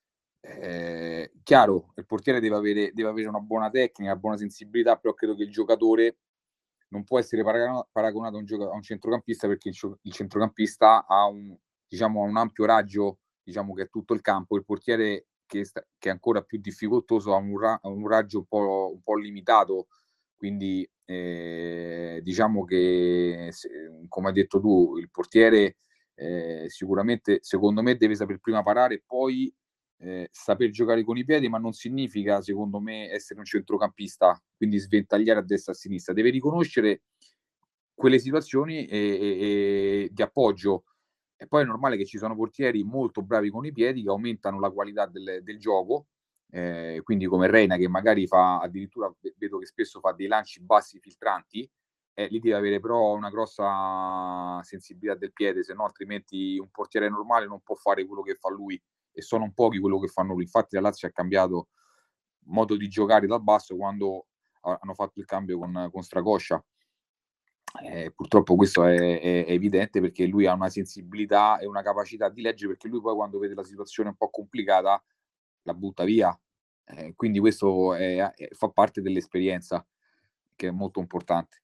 Eh, chiaro, il portiere deve avere, deve avere una buona tecnica, una buona sensibilità, però credo che il giocatore non può essere paragonato a un, gioca- a un centrocampista, perché il, il centrocampista ha un, diciamo, un ampio raggio, diciamo che è tutto il campo. Il portiere che, sta, che è ancora più difficoltoso ha un, ra- un raggio un po', un po' limitato, quindi eh, diciamo che se, come hai detto tu, il portiere eh, sicuramente secondo me deve saper prima parare, poi eh, saper giocare con i piedi, ma non significa secondo me essere un centrocampista, quindi sventagliare a destra e a sinistra. Deve riconoscere quelle situazioni e, e, e di appoggio. E poi è normale che ci sono portieri molto bravi con i piedi che aumentano la qualità del, del gioco, eh, quindi come Reina che magari fa addirittura, vedo che spesso fa dei lanci bassi filtranti, eh, lì deve avere però una grossa sensibilità del piede, se no altrimenti un portiere normale non può fare quello che fa lui, e sono pochi quello che fanno lui. Infatti la Lazio ha cambiato modo di giocare dal basso quando hanno fatto il cambio con, con Stracoscia. Eh, purtroppo questo è, è, è evidente, perché lui ha una sensibilità e una capacità di leggere, perché lui poi quando vede la situazione un po' complicata la butta via, eh, quindi questo è, è, fa parte dell'esperienza, che è molto importante.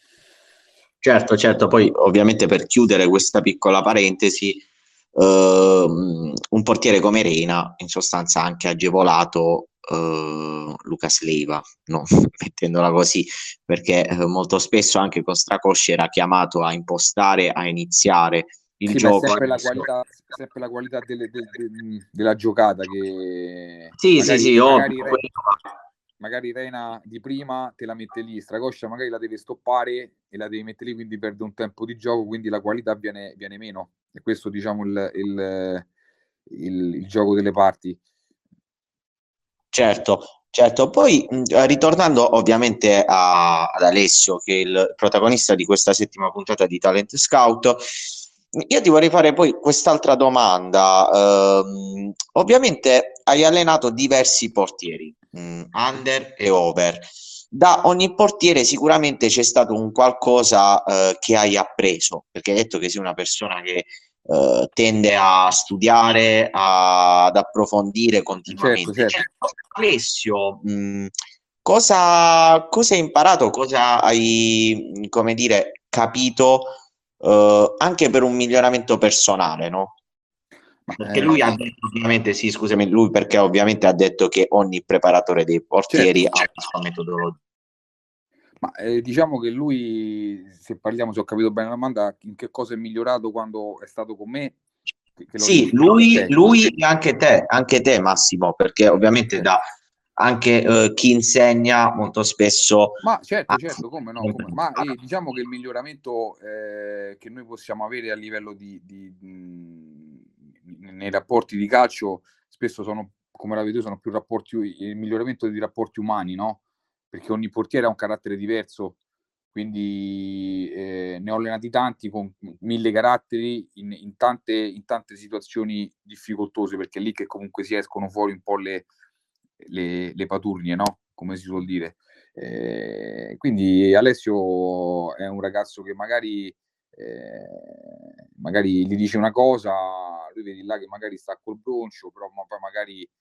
Certo, certo, poi ovviamente per chiudere questa piccola parentesi, ehm, un portiere come Reina in sostanza ha anche agevolato eh, Lucas Leiva, no? Mettendola così, perché eh, molto spesso anche con Stracosci era chiamato a impostare, a iniziare il Sì, ma è gioco. sempre la qualità, sempre la qualità delle, de, de, della giocata che Sì, magari, sì, sì, magari, ovvio. magari Reina di prima te la mette lì, Stracoscia magari la deve stoppare e la devi mettere lì, quindi perde un tempo di gioco, quindi la qualità viene, viene meno. E questo diciamo il, il, il, il gioco delle parti. Certo, certo. Poi mh, ritornando ovviamente a- ad Alessio, che è il protagonista di questa settima puntata di Talent Scout, io ti vorrei fare poi quest'altra domanda. Ehm, ovviamente hai allenato diversi portieri, mh, under e over. Da ogni portiere sicuramente c'è stato un qualcosa eh, che hai appreso, perché hai detto che sei una persona che eh, tende a studiare, a- ad approfondire Certo, continuamente. certo. Alessio, mh, cosa, cosa hai imparato, cosa hai, mh, come dire, capito eh, anche per un miglioramento personale, no? Ma, Perché lui ha eh, detto, ovviamente, sì, scusami, lui perché ovviamente ha detto che ogni preparatore dei portieri certo. ha una sua metodologia. Ma eh, diciamo che lui, se parliamo, se ho capito bene la domanda, in che cosa è migliorato quando è stato con me, che, che l'ho Sì, visto. lui, Ok, lui e anche te, anche te Massimo, perché ovviamente certo. da anche eh, chi insegna molto spesso. Ma certo, Anzi, certo, come no, come... ma eh, diciamo che il miglioramento eh, che noi possiamo avere a livello di, di mh, nei rapporti di calcio spesso sono, come la vedo, sono più rapporti, il miglioramento di rapporti umani, no? Perché ogni portiere ha un carattere diverso, quindi eh, ne ho allenati tanti con mille caratteri in, in, tante, in tante situazioni difficoltose, perché è lì che comunque si escono fuori un po' le, le, le paturnie, no? Come si suol dire. Eh, quindi Alessio è un ragazzo che magari, eh, magari gli dice una cosa, lui vedi là che magari sta col broncio, però ma poi magari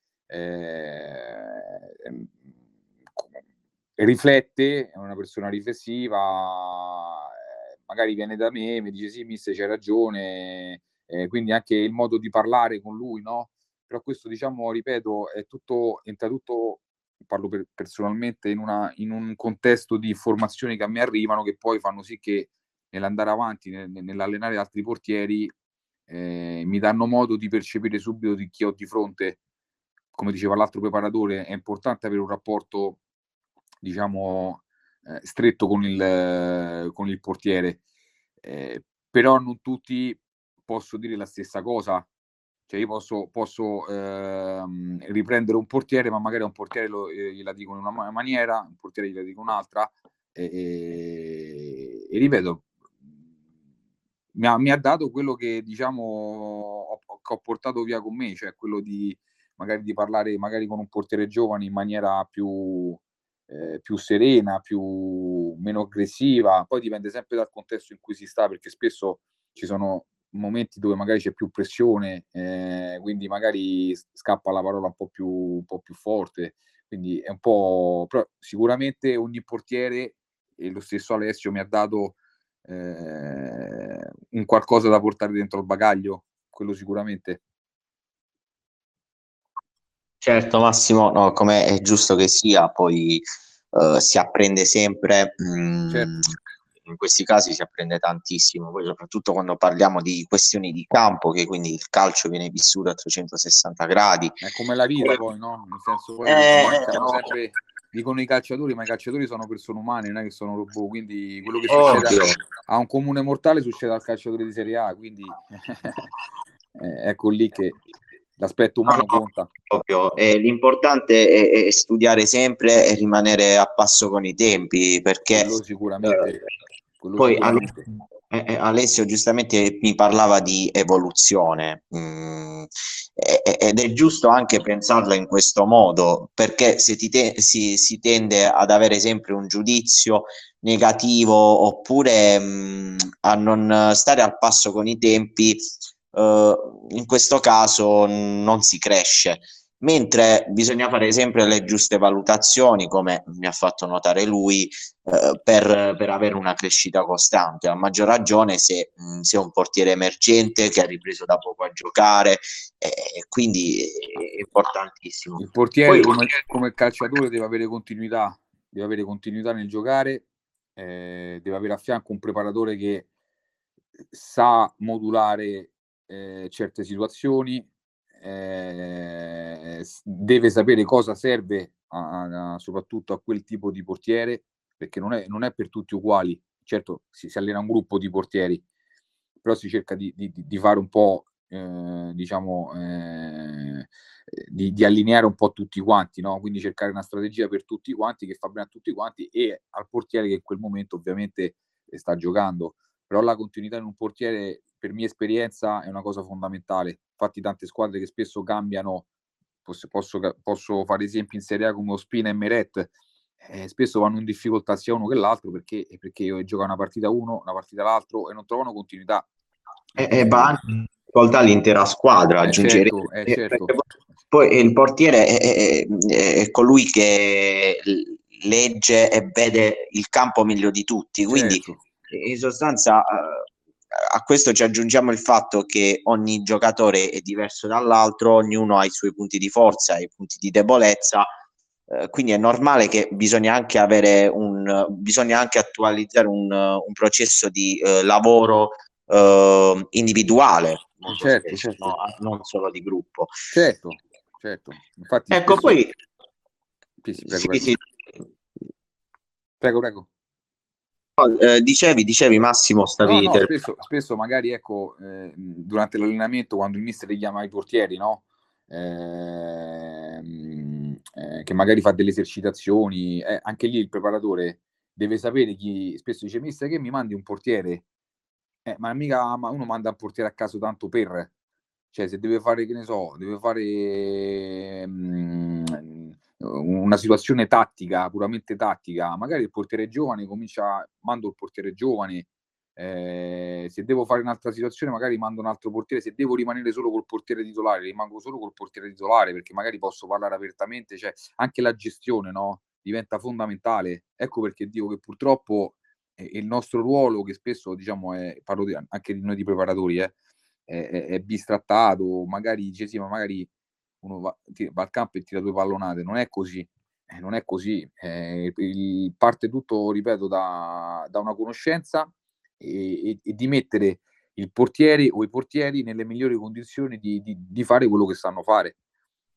eh, riflette, è una persona riflessiva, eh, magari viene da me, mi dice sì, mister, c'hai ragione, eh, quindi anche il modo di parlare con lui, no? Però questo, diciamo, ripeto, è tutto, entra tutto, parlo per, personalmente, in, una, in un contesto di informazioni che a me arrivano, che poi fanno sì che nell'andare avanti, nel, nell'allenare altri portieri, eh, mi danno modo di percepire subito di chi ho di fronte. Come diceva l'altro preparatore, è importante avere un rapporto, diciamo, eh, stretto con il, con il portiere, eh, però non tutti posso dire la stessa cosa. Cioè io posso, posso ehm, riprendere un portiere, ma magari a un portiere lo, eh, gliela dico in una maniera, un portiere gliela dico un'altra, e, e, e ripeto, mi ha, mi ha dato quello che diciamo ho, che ho portato via con me, cioè quello di magari di parlare magari con un portiere giovane in maniera più, eh, più serena, più meno aggressiva. Poi dipende sempre dal contesto in cui si sta, perché spesso ci sono momenti dove magari c'è più pressione, eh, quindi magari scappa la parola un po' più, un po' più forte, quindi è un po', però sicuramente ogni portiere, e lo stesso Alessio mi ha dato eh, un qualcosa da portare dentro il bagaglio, quello sicuramente. Certo Massimo, no, come è giusto che sia, poi eh, si apprende sempre, mh, Certo. in questi casi si apprende tantissimo, poi soprattutto quando parliamo di questioni di campo, che quindi il calcio viene vissuto a trecentosessanta gradi. È come la vita poi, no? Nel senso, poi Eh, siamo sempre, dicono i calciatori, ma i calciatori sono persone umane, non è che sono robot, quindi quello che ovvio. succede a, a un comune mortale succede al calciatore di Serie A, quindi eh, ecco lì che l'aspetto umano No, no, conta. proprio. Eh, l'importante è, è studiare sempre e rimanere a passo con i tempi, perché Quello sicuramente. eh, Quello poi sicuramente. eh, eh, Alessio giustamente mi parlava di evoluzione, mm, eh, ed è giusto anche pensarla in questo modo, perché se ti te- si, si tende ad avere sempre un giudizio negativo oppure mh, a non stare al passo con i tempi, eh, in questo caso non si cresce. Mentre bisogna fare sempre le giuste valutazioni, come mi ha fatto notare lui, eh, per, per avere una crescita costante. A maggior ragione se, mh, se è un portiere emergente che ha ripreso da poco a giocare, eh, quindi è importantissimo. Il portiere Poi, come, come calciatore deve avere continuità, deve avere continuità nel giocare, eh, deve avere a fianco un preparatore che sa modulare eh, certe situazioni, eh, deve sapere cosa serve a, a, soprattutto a quel tipo di portiere, perché non è, non è per tutti uguali. Certo, si, si allena un gruppo di portieri, però si cerca di, di, di fare un po', eh, diciamo, eh, di, di allineare un po' tutti quanti, no? Quindi cercare una strategia per tutti quanti che fa bene a tutti quanti e al portiere che in quel momento ovviamente sta giocando. Però la continuità in un portiere, per mia esperienza, è una cosa fondamentale. Infatti tante squadre che spesso cambiano, posso, posso, posso fare esempi in Serie A come Ospina e Meret, eh, spesso vanno in difficoltà sia uno che l'altro perché, perché gioca una partita uno, una partita l'altro e non trovano continuità. e, e va anche in difficoltà l'intera squadra, Eh, aggiungerei. certo, eh, Eh, certo. perché poi il portiere è, è, è colui che legge e vede il campo meglio di tutti, quindi Certo. in sostanza a questo ci aggiungiamo il fatto che ogni giocatore è diverso dall'altro, ognuno ha i suoi punti di forza e i punti di debolezza, eh, quindi è normale che bisogna anche avere un bisogna anche attualizzare un, un processo di eh, lavoro eh, individuale molto Certo, spesso, certo. no? Non solo di gruppo. Certo, certo. Infatti Ecco, spesso... poi Sì, sì, sì, prego, prego. sì. Prego, prego. Eh, dicevi, dicevi Massimo, stavi No, no, ter- spesso, spesso magari ecco, eh, durante l'allenamento, quando il mister richiama i portieri, no? Ehm, eh, che magari fa delle esercitazioni, eh, anche lì il preparatore deve sapere chi spesso dice, mister, che mi mandi un portiere? Eh, ma mica ma uno manda un portiere a caso tanto per, cioè se deve fare, che ne so, deve fare mh, una situazione tattica, puramente tattica, magari il portiere giovane comincia, mando il portiere giovane, eh, se devo fare un'altra situazione magari mando un altro portiere, se devo rimanere solo col portiere titolare rimango solo col portiere titolare perché magari posso parlare apertamente, cioè anche la gestione, no? Diventa fondamentale. Ecco perché dico che purtroppo eh, il nostro ruolo, che spesso diciamo è, parlo di, anche di noi di preparatori, eh, è, è, è bistrattato, magari dice sì, ma magari uno va, ti, va al campo e tira due pallonate, non è così. Eh, non è così, eh, il, parte tutto, ripeto, da, da una conoscenza e, e, e di mettere il portiere o i portieri nelle migliori condizioni di, di, di fare quello che sanno fare.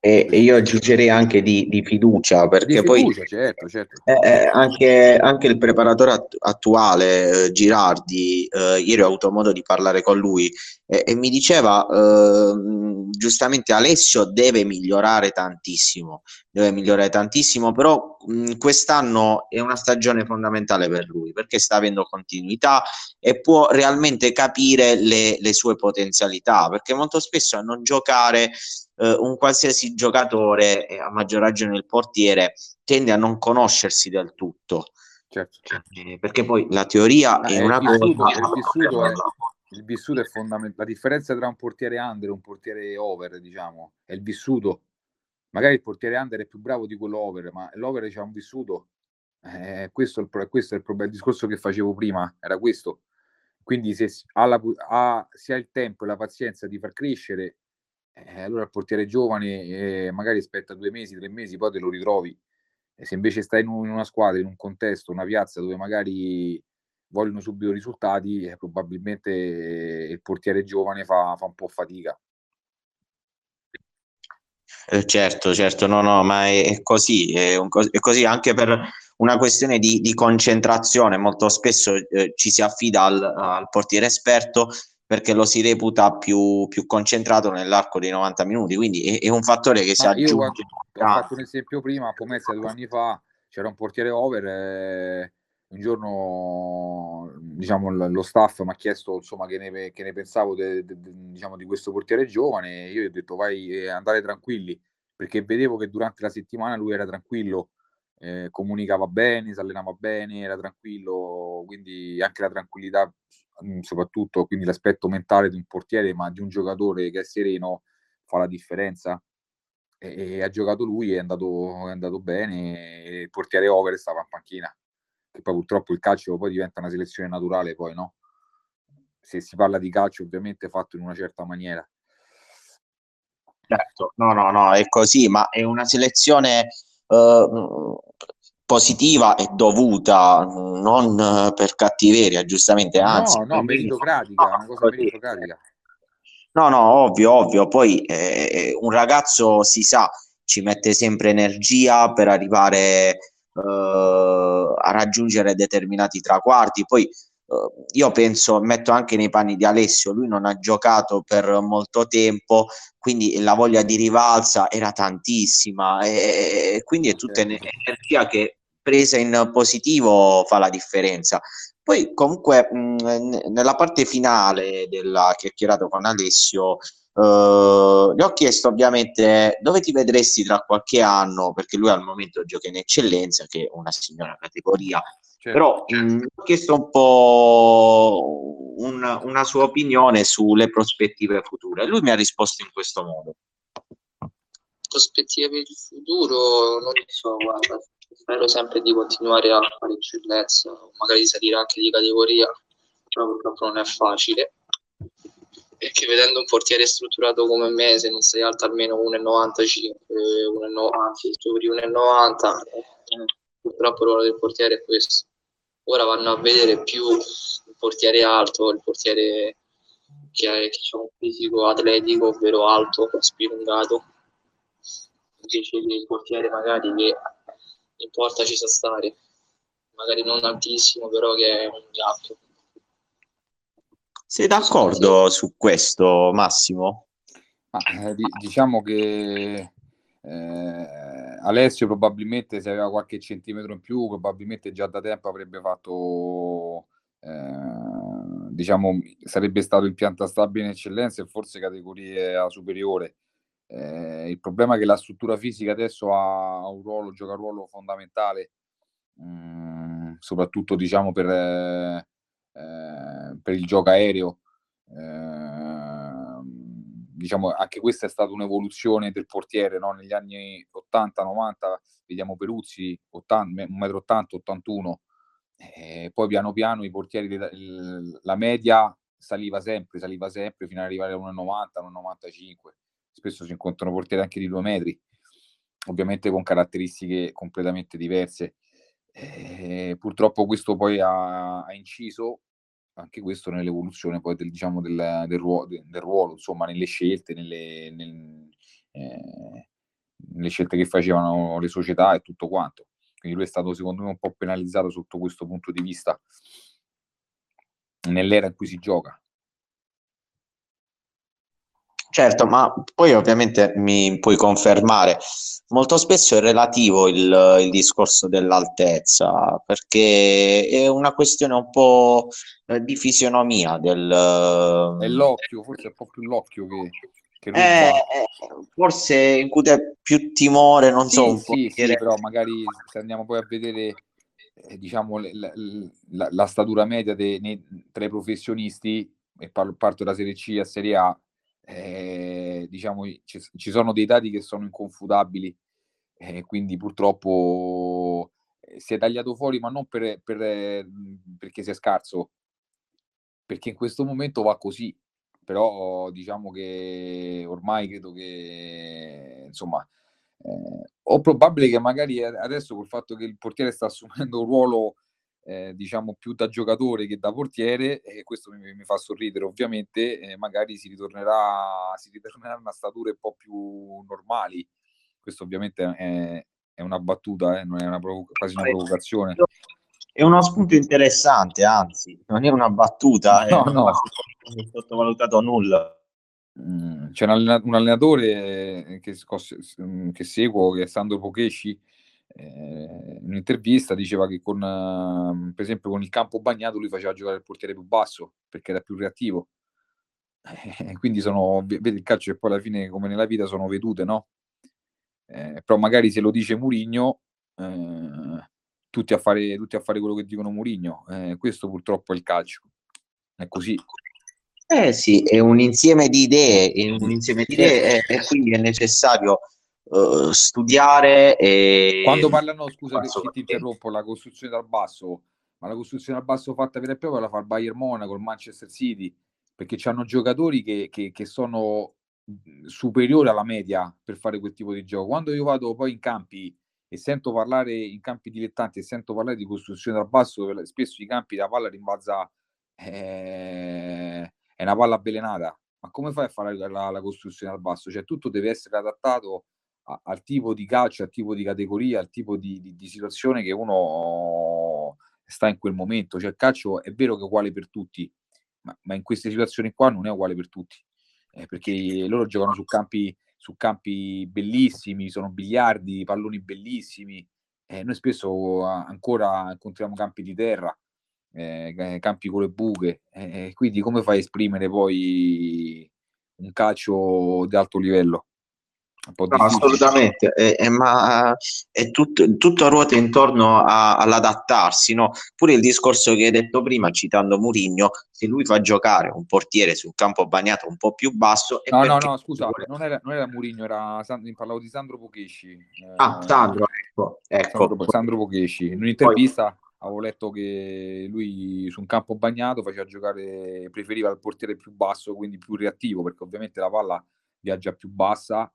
E, e io aggiungerei anche di, di fiducia, perché Di poi fiducia, certo, certo. eh, eh, anche, anche il preparatore att- attuale, eh, Girardi, eh, ieri ho avuto modo di parlare con lui e, e mi diceva, ehm, giustamente, Alessio deve migliorare tantissimo, deve migliorare tantissimo, però mh, quest'anno è una stagione fondamentale per lui, perché sta avendo continuità e può realmente capire le, le sue potenzialità, perché molto spesso a non giocare eh, un qualsiasi giocatore, e a maggior ragione il portiere, tende a non conoscersi del tutto. Certo. Eh, perché poi la teoria Ma è è il una vissuto, cosa. è il vissuto è il vissuto è fondamentale. La differenza tra un portiere under e un portiere over, diciamo, è il vissuto. Magari il portiere under è più bravo di quello over, ma l'over c'ha un vissuto. Eh, questo, è il, pro- questo è il problema. Il discorso che facevo prima era questo. Quindi se si ha, la, ha, si ha il tempo e la pazienza di far crescere, eh, allora il portiere giovane eh, magari aspetta due mesi, tre mesi, poi te lo ritrovi. E se invece stai in, un, in una squadra, in un contesto, una piazza dove magari vogliono subito risultati, eh, probabilmente eh, il portiere giovane fa, fa un po' fatica. Eh, certo, certo, no, no, ma è, è così, è, un cos- è così anche per una questione di, di concentrazione. Molto spesso eh, ci si affida al, al portiere esperto perché lo si reputa più, più concentrato nell'arco dei novanta minuti, quindi è, è un fattore che si Ma io guarda, aggiunge. ho fatto un esempio prima, a Pomezia due anni fa c'era un portiere over, eh, un giorno diciamo l- lo staff mi ha chiesto insomma che ne, che ne pensavo de- de- de- diciamo, di questo portiere giovane, e io gli ho detto vai, eh, andare tranquilli, perché vedevo che durante la settimana lui era tranquillo, eh, comunicava bene, si allenava bene, era tranquillo, quindi anche la tranquillità, mh, soprattutto quindi l'aspetto mentale di un portiere, ma di un giocatore che è sereno, fa la differenza. E, e ha giocato lui, è andato, è andato bene, e il portiere over stava in panchina, che poi purtroppo il calcio poi diventa una selezione naturale, poi no? Se si parla di calcio ovviamente fatto in una certa maniera. Certo, no, no, no, è così, ma è una selezione eh, positiva e dovuta, non eh, per cattiveria, giustamente, anzi, No, no, almeno- meritocratica, è una no, cosa così. meritocratica. No, no, ovvio, ovvio. Poi eh, un ragazzo si sa, ci mette sempre energia per arrivare eh, a raggiungere determinati traguardi. Poi eh, io penso, metto anche nei panni di Alessio, lui non ha giocato per molto tempo, quindi la voglia di rivalsa era tantissima e, e quindi è tutta Certo. energia che presa in positivo fa la differenza. Poi comunque mh, nella parte finale della chiacchierata con Alessio eh, gli ho chiesto ovviamente dove ti vedresti tra qualche anno, perché lui al momento gioca in eccellenza, che è una signora categoria, Certo. però mh, gli ho chiesto un po' un- una sua opinione sulle prospettive future. Lui mi ha risposto in questo modo. Prospettive per il futuro, non so, guarda, spero sempre di continuare a fare eccellenza, magari di salire anche di categoria, però purtroppo non è facile. Perché vedendo un portiere strutturato come me, se non sei alto almeno uno virgola novantacinque, uno virgola novanta, anzi, sopra uno virgola novanta, eh, purtroppo il ruolo del portiere è questo. Ora vanno a vedere più il portiere alto, il portiere che ha, che ha un fisico atletico, ovvero alto, spilungato, invece il portiere magari che in porta ci sa stare, magari non altissimo, però che è un gatto. Sei d'accordo su questo, Massimo? Ma, eh, di- diciamo che eh, Alessio probabilmente se aveva qualche centimetro in più, probabilmente già da tempo avrebbe fatto, eh, diciamo, sarebbe stato in pianta stabile in eccellenza e forse categorie a superiore. Eh, il problema è che la struttura fisica adesso ha un ruolo, gioca un ruolo fondamentale, mh, soprattutto diciamo per, eh, eh, per il gioco aereo. Eh, diciamo anche questa è stata un'evoluzione del portiere, no? Negli anni ottanta novanta vediamo Peruzzi ottanta, uno virgola ottanta ottantuno, e poi piano piano i portieri, la media saliva sempre, saliva sempre fino ad arrivare a uno virgola novanta, uno virgola novantacinque. Spesso si incontrano portieri anche di due metri, ovviamente con caratteristiche completamente diverse. Eh, purtroppo questo poi ha, ha inciso anche questo nell'evoluzione poi del, diciamo, del, del, ruolo, del ruolo, insomma, nelle scelte, nelle, nel, eh, le scelte che facevano le società e tutto quanto. Quindi lui è stato secondo me un po' penalizzato sotto questo punto di vista nell'era in cui si gioca. Certo, ma poi ovviamente mi puoi confermare, molto spesso è relativo il, il discorso dell'altezza, perché è una questione un po' eh, di fisionomia del... È l'occhio, forse è un po' più l'occhio che, che eh, ruba. eh, forse incute più timore, non so, Sì, un po' sì, sì, dire... però magari se andiamo poi a vedere eh, diciamo le- la, la- la statura media dei- nei- tra i professionisti, e parlo, parto da Serie C a Serie A, eh, diciamo ci, ci sono dei dati che sono inconfutabili, eh, quindi purtroppo eh, si è tagliato fuori, ma non per, per, eh, perché si è scarso, perché in questo momento va così. Però diciamo che ormai credo che insomma eh, o probabile che magari adesso col fatto che il portiere sta assumendo un ruolo eh, diciamo più da giocatore che da portiere, e questo mi, mi fa sorridere ovviamente, eh, magari si ritornerà si ritorneranno a stature un po' più normali. Questo ovviamente è, è una battuta, eh, non è una provo- quasi una provocazione. È uno spunto interessante, anzi, non è una battuta, No, eh, non va no. sottovalutato nulla. Mm, c'è un, allena- un allenatore eh, che, che seguo, che è Sandro Pocesci, eh, in un'intervista diceva che con, eh, per esempio con il campo bagnato lui faceva giocare il portiere più basso perché era più reattivo. Eh, quindi sono, vedi il calcio che poi alla fine, come nella vita, sono vedute, no? Eh, però magari se lo dice Mourinho, eh, tutti, a fare, tutti a fare quello che dicono Mourinho. Eh, questo purtroppo è il calcio, è così. Eh sì, è un insieme di idee, è un insieme di idee e, e quindi è necessario uh, studiare e... Quando parlano, scusa che, che ti interrompo, la costruzione dal basso, ma la costruzione dal basso fatta vera e propria la fa il Bayern Monaco, il Manchester City, perché hanno giocatori che, che, che sono superiori alla media per fare quel tipo di gioco. Quando io vado poi in campi e sento parlare in campi dilettanti e sento parlare di costruzione dal basso, spesso i campi la palla rimbalza, eh, è una palla avvelenata. Ma come fai a fare la, la costruzione dal basso? Cioè tutto deve essere adattato a, al tipo di calcio, al tipo di categoria, al tipo di, di, di situazione che uno sta in quel momento. Cioè il calcio è vero che è uguale per tutti, ma, ma in queste situazioni qua non è uguale per tutti, eh, perché loro giocano su campi, su campi bellissimi, sono biliardi, palloni bellissimi. Eh, noi spesso ancora incontriamo campi di terra, eh, campi con le buche, eh, quindi come fai a esprimere poi un calcio di alto livello? Un po' No, difficile. assolutamente, eh, eh, ma è tutto, tutto ruota intorno a- all'adattarsi, no? Pure il discorso che hai detto prima, citando Mourinho, se lui fa giocare un portiere sul campo bagnato un po' più basso, è No, no, perché... no, scusa, non era, non era Mourinho, era San- parlavo di Sandro Pocesci. Ah, Eh, Sandro, ecco, Sandro, ecco. Sandro Pocesci. In Poi, un'intervista avevo letto che lui su un campo bagnato faceva giocare, preferiva il portiere più basso, quindi più reattivo, perché ovviamente la palla viaggia più bassa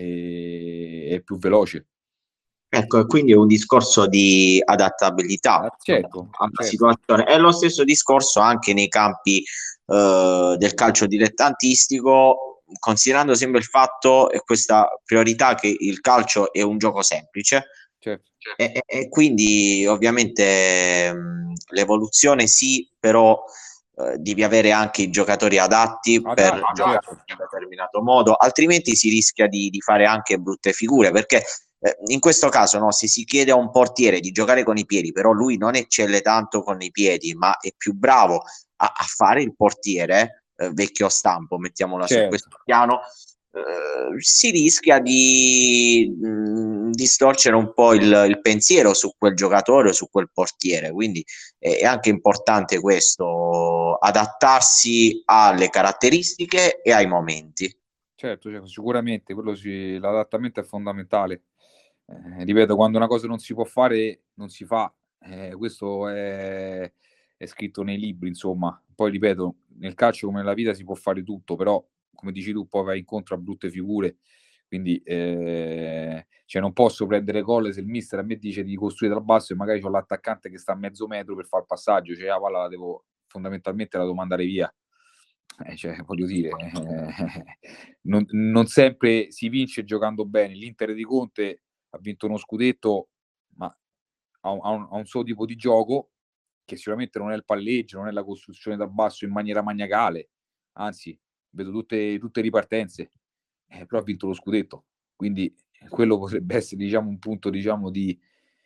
e è più veloce. ecco, e quindi è un discorso di adattabilità, Ah, no, certo, alla certo. situazione. È lo stesso discorso anche nei campi eh, del calcio dilettantistico, considerando sempre il fatto e questa priorità che il calcio è un gioco semplice. Certo. E, e- e quindi ovviamente mh, l'evoluzione sì, però eh, devi avere anche i giocatori adatti per Adatti, giocare certo. in un determinato modo, altrimenti si rischia di, di fare anche brutte figure, perché eh, in questo caso no, se si chiede a un portiere di giocare con i piedi, però lui non eccelle tanto con i piedi, ma è più bravo a, a fare il portiere, eh, vecchio stampo, mettiamola su Certo. questo piano, eh, si rischia di mh, distorcere un po' il, il pensiero su quel giocatore o su quel portiere. Quindi è, è anche importante questo, adattarsi alle caratteristiche e ai momenti. Certo, certo, sicuramente quello sì, l'adattamento è fondamentale. Eh, ripeto, quando una cosa non si può fare, non si fa. Eh, questo è, è scritto nei libri, insomma. Poi ripeto, nel calcio come nella vita si può fare tutto, però come dici tu, poi vai incontro a brutte figure. Quindi eh, cioè non posso prendere gol se il mister a me dice di costruire dal basso e magari ho l'attaccante che sta a mezzo metro per fare il passaggio, cioè la palla la devo fondamentalmente la devo mandare via. Eh, cioè, voglio dire, eh, non, non sempre si vince giocando bene. L'Inter di Conte ha vinto uno scudetto, ma ha un, ha un, ha un suo tipo di gioco che sicuramente non è il palleggio, non è la costruzione dal basso in maniera maniacale, anzi, vedo tutte, tutte ripartenze, eh, però ha vinto lo scudetto, quindi quello potrebbe essere, diciamo, un punto, diciamo, di,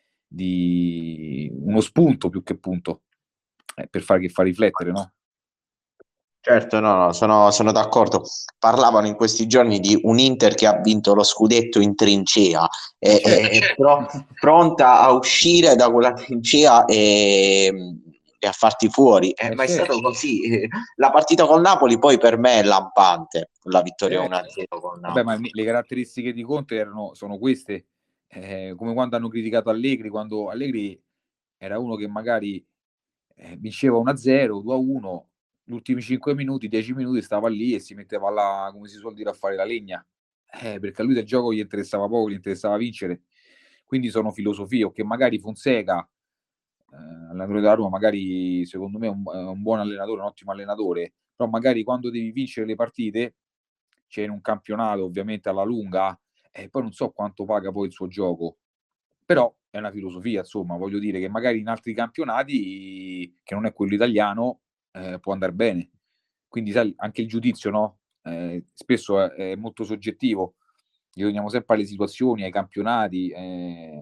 di uno spunto più che punto, eh, per far, che fa riflettere, no? Certo, no, no, sono, sono d'accordo. Parlavano in questi giorni di un Inter che ha vinto lo scudetto in trincea, e, Certo. è pro, pronta a uscire da quella trincea e, e a farti fuori. Eh, Eh, ma è certo. stato così. La partita con Napoli poi per me è lampante, la vittoria Certo. uno a zero con Napoli. Vabbè, ma le caratteristiche di Conte erano, sono queste, eh, come quando hanno criticato Allegri, quando Allegri era uno che magari eh, vinceva uno a zero, due a uno, gli ultimi cinque minuti, dieci minuti stava lì e si metteva là, come si suol dire, a fare la legna, eh, perché a lui del gioco gli interessava poco, gli interessava vincere. Quindi sono filosofie, o che magari Fonseca, eh, allenatore della Roma, magari secondo me è un, è un buon allenatore, un ottimo allenatore, però magari quando devi vincere le partite, c'è in un campionato ovviamente alla lunga, e eh, poi non so quanto paga poi il suo gioco, però è una filosofia, insomma, voglio dire che magari in altri campionati, che non è quello italiano, eh, può andare bene. Quindi sai, anche il giudizio, no? Eh, spesso è, è molto soggettivo, bisogniamo sempre alle situazioni, ai campionati, eh,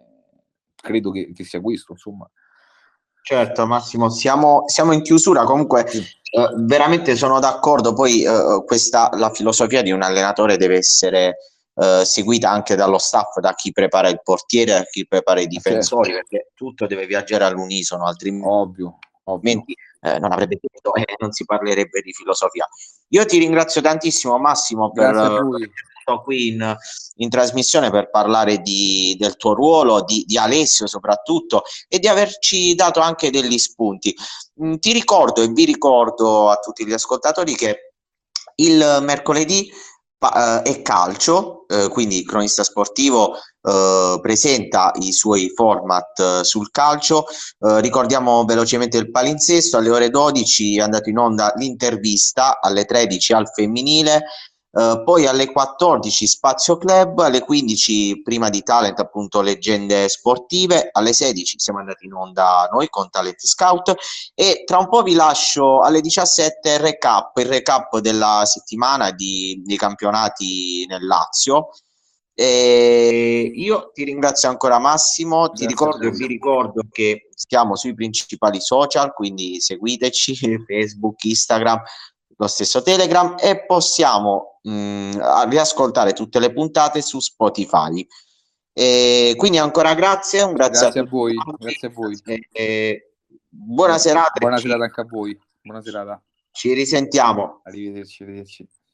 credo che, che sia questo, insomma. Certo, Massimo, siamo, siamo in chiusura. Comunque, Sì. eh, veramente sono d'accordo. Poi, eh, questa, la filosofia di un allenatore deve essere eh, seguita anche dallo staff, da chi prepara il portiere, da chi prepara i difensori, Certo. perché tutto deve viaggiare all'unisono, altrimenti Ovvio, ovvio. eh, non avrebbe senso e non si parlerebbe di filosofia. Io ti ringrazio tantissimo, Massimo, per Grazie a eh, voi. essere qui in, in trasmissione per parlare di, del tuo ruolo, di, di Alessio soprattutto, e di averci dato anche degli spunti. Mm, ti ricordo e vi ricordo a tutti gli ascoltatori che il mercoledì pa- eh, è calcio, eh, quindi il cronista sportivo eh, presenta i suoi format eh, sul calcio. Eh, ricordiamo velocemente il palinsesto: alle ore dodici è andato in onda l'intervista, alle tredici al femminile, eh, poi alle quattordici Spazio Club, alle quindici prima di Talent, appunto leggende sportive, alle sedici siamo andati in onda noi con Talent Scout, e tra un po' vi lascio alle diciassette il recap, il recap della settimana di, dei campionati nel Lazio. E io ti ringrazio ancora, Massimo, ti Grazie ricordo e vi ricordo che siamo sui principali social, quindi seguiteci, Facebook, Instagram, lo stesso Telegram, e possiamo mh, riascoltare tutte le puntate su Spotify. E quindi ancora grazie, un grazie, grazie a a tutti. voi, grazie a voi. E, e buona serata. Buona ci, serata anche a voi. Buona serata. ci risentiamo. Arrivederci, arrivederci.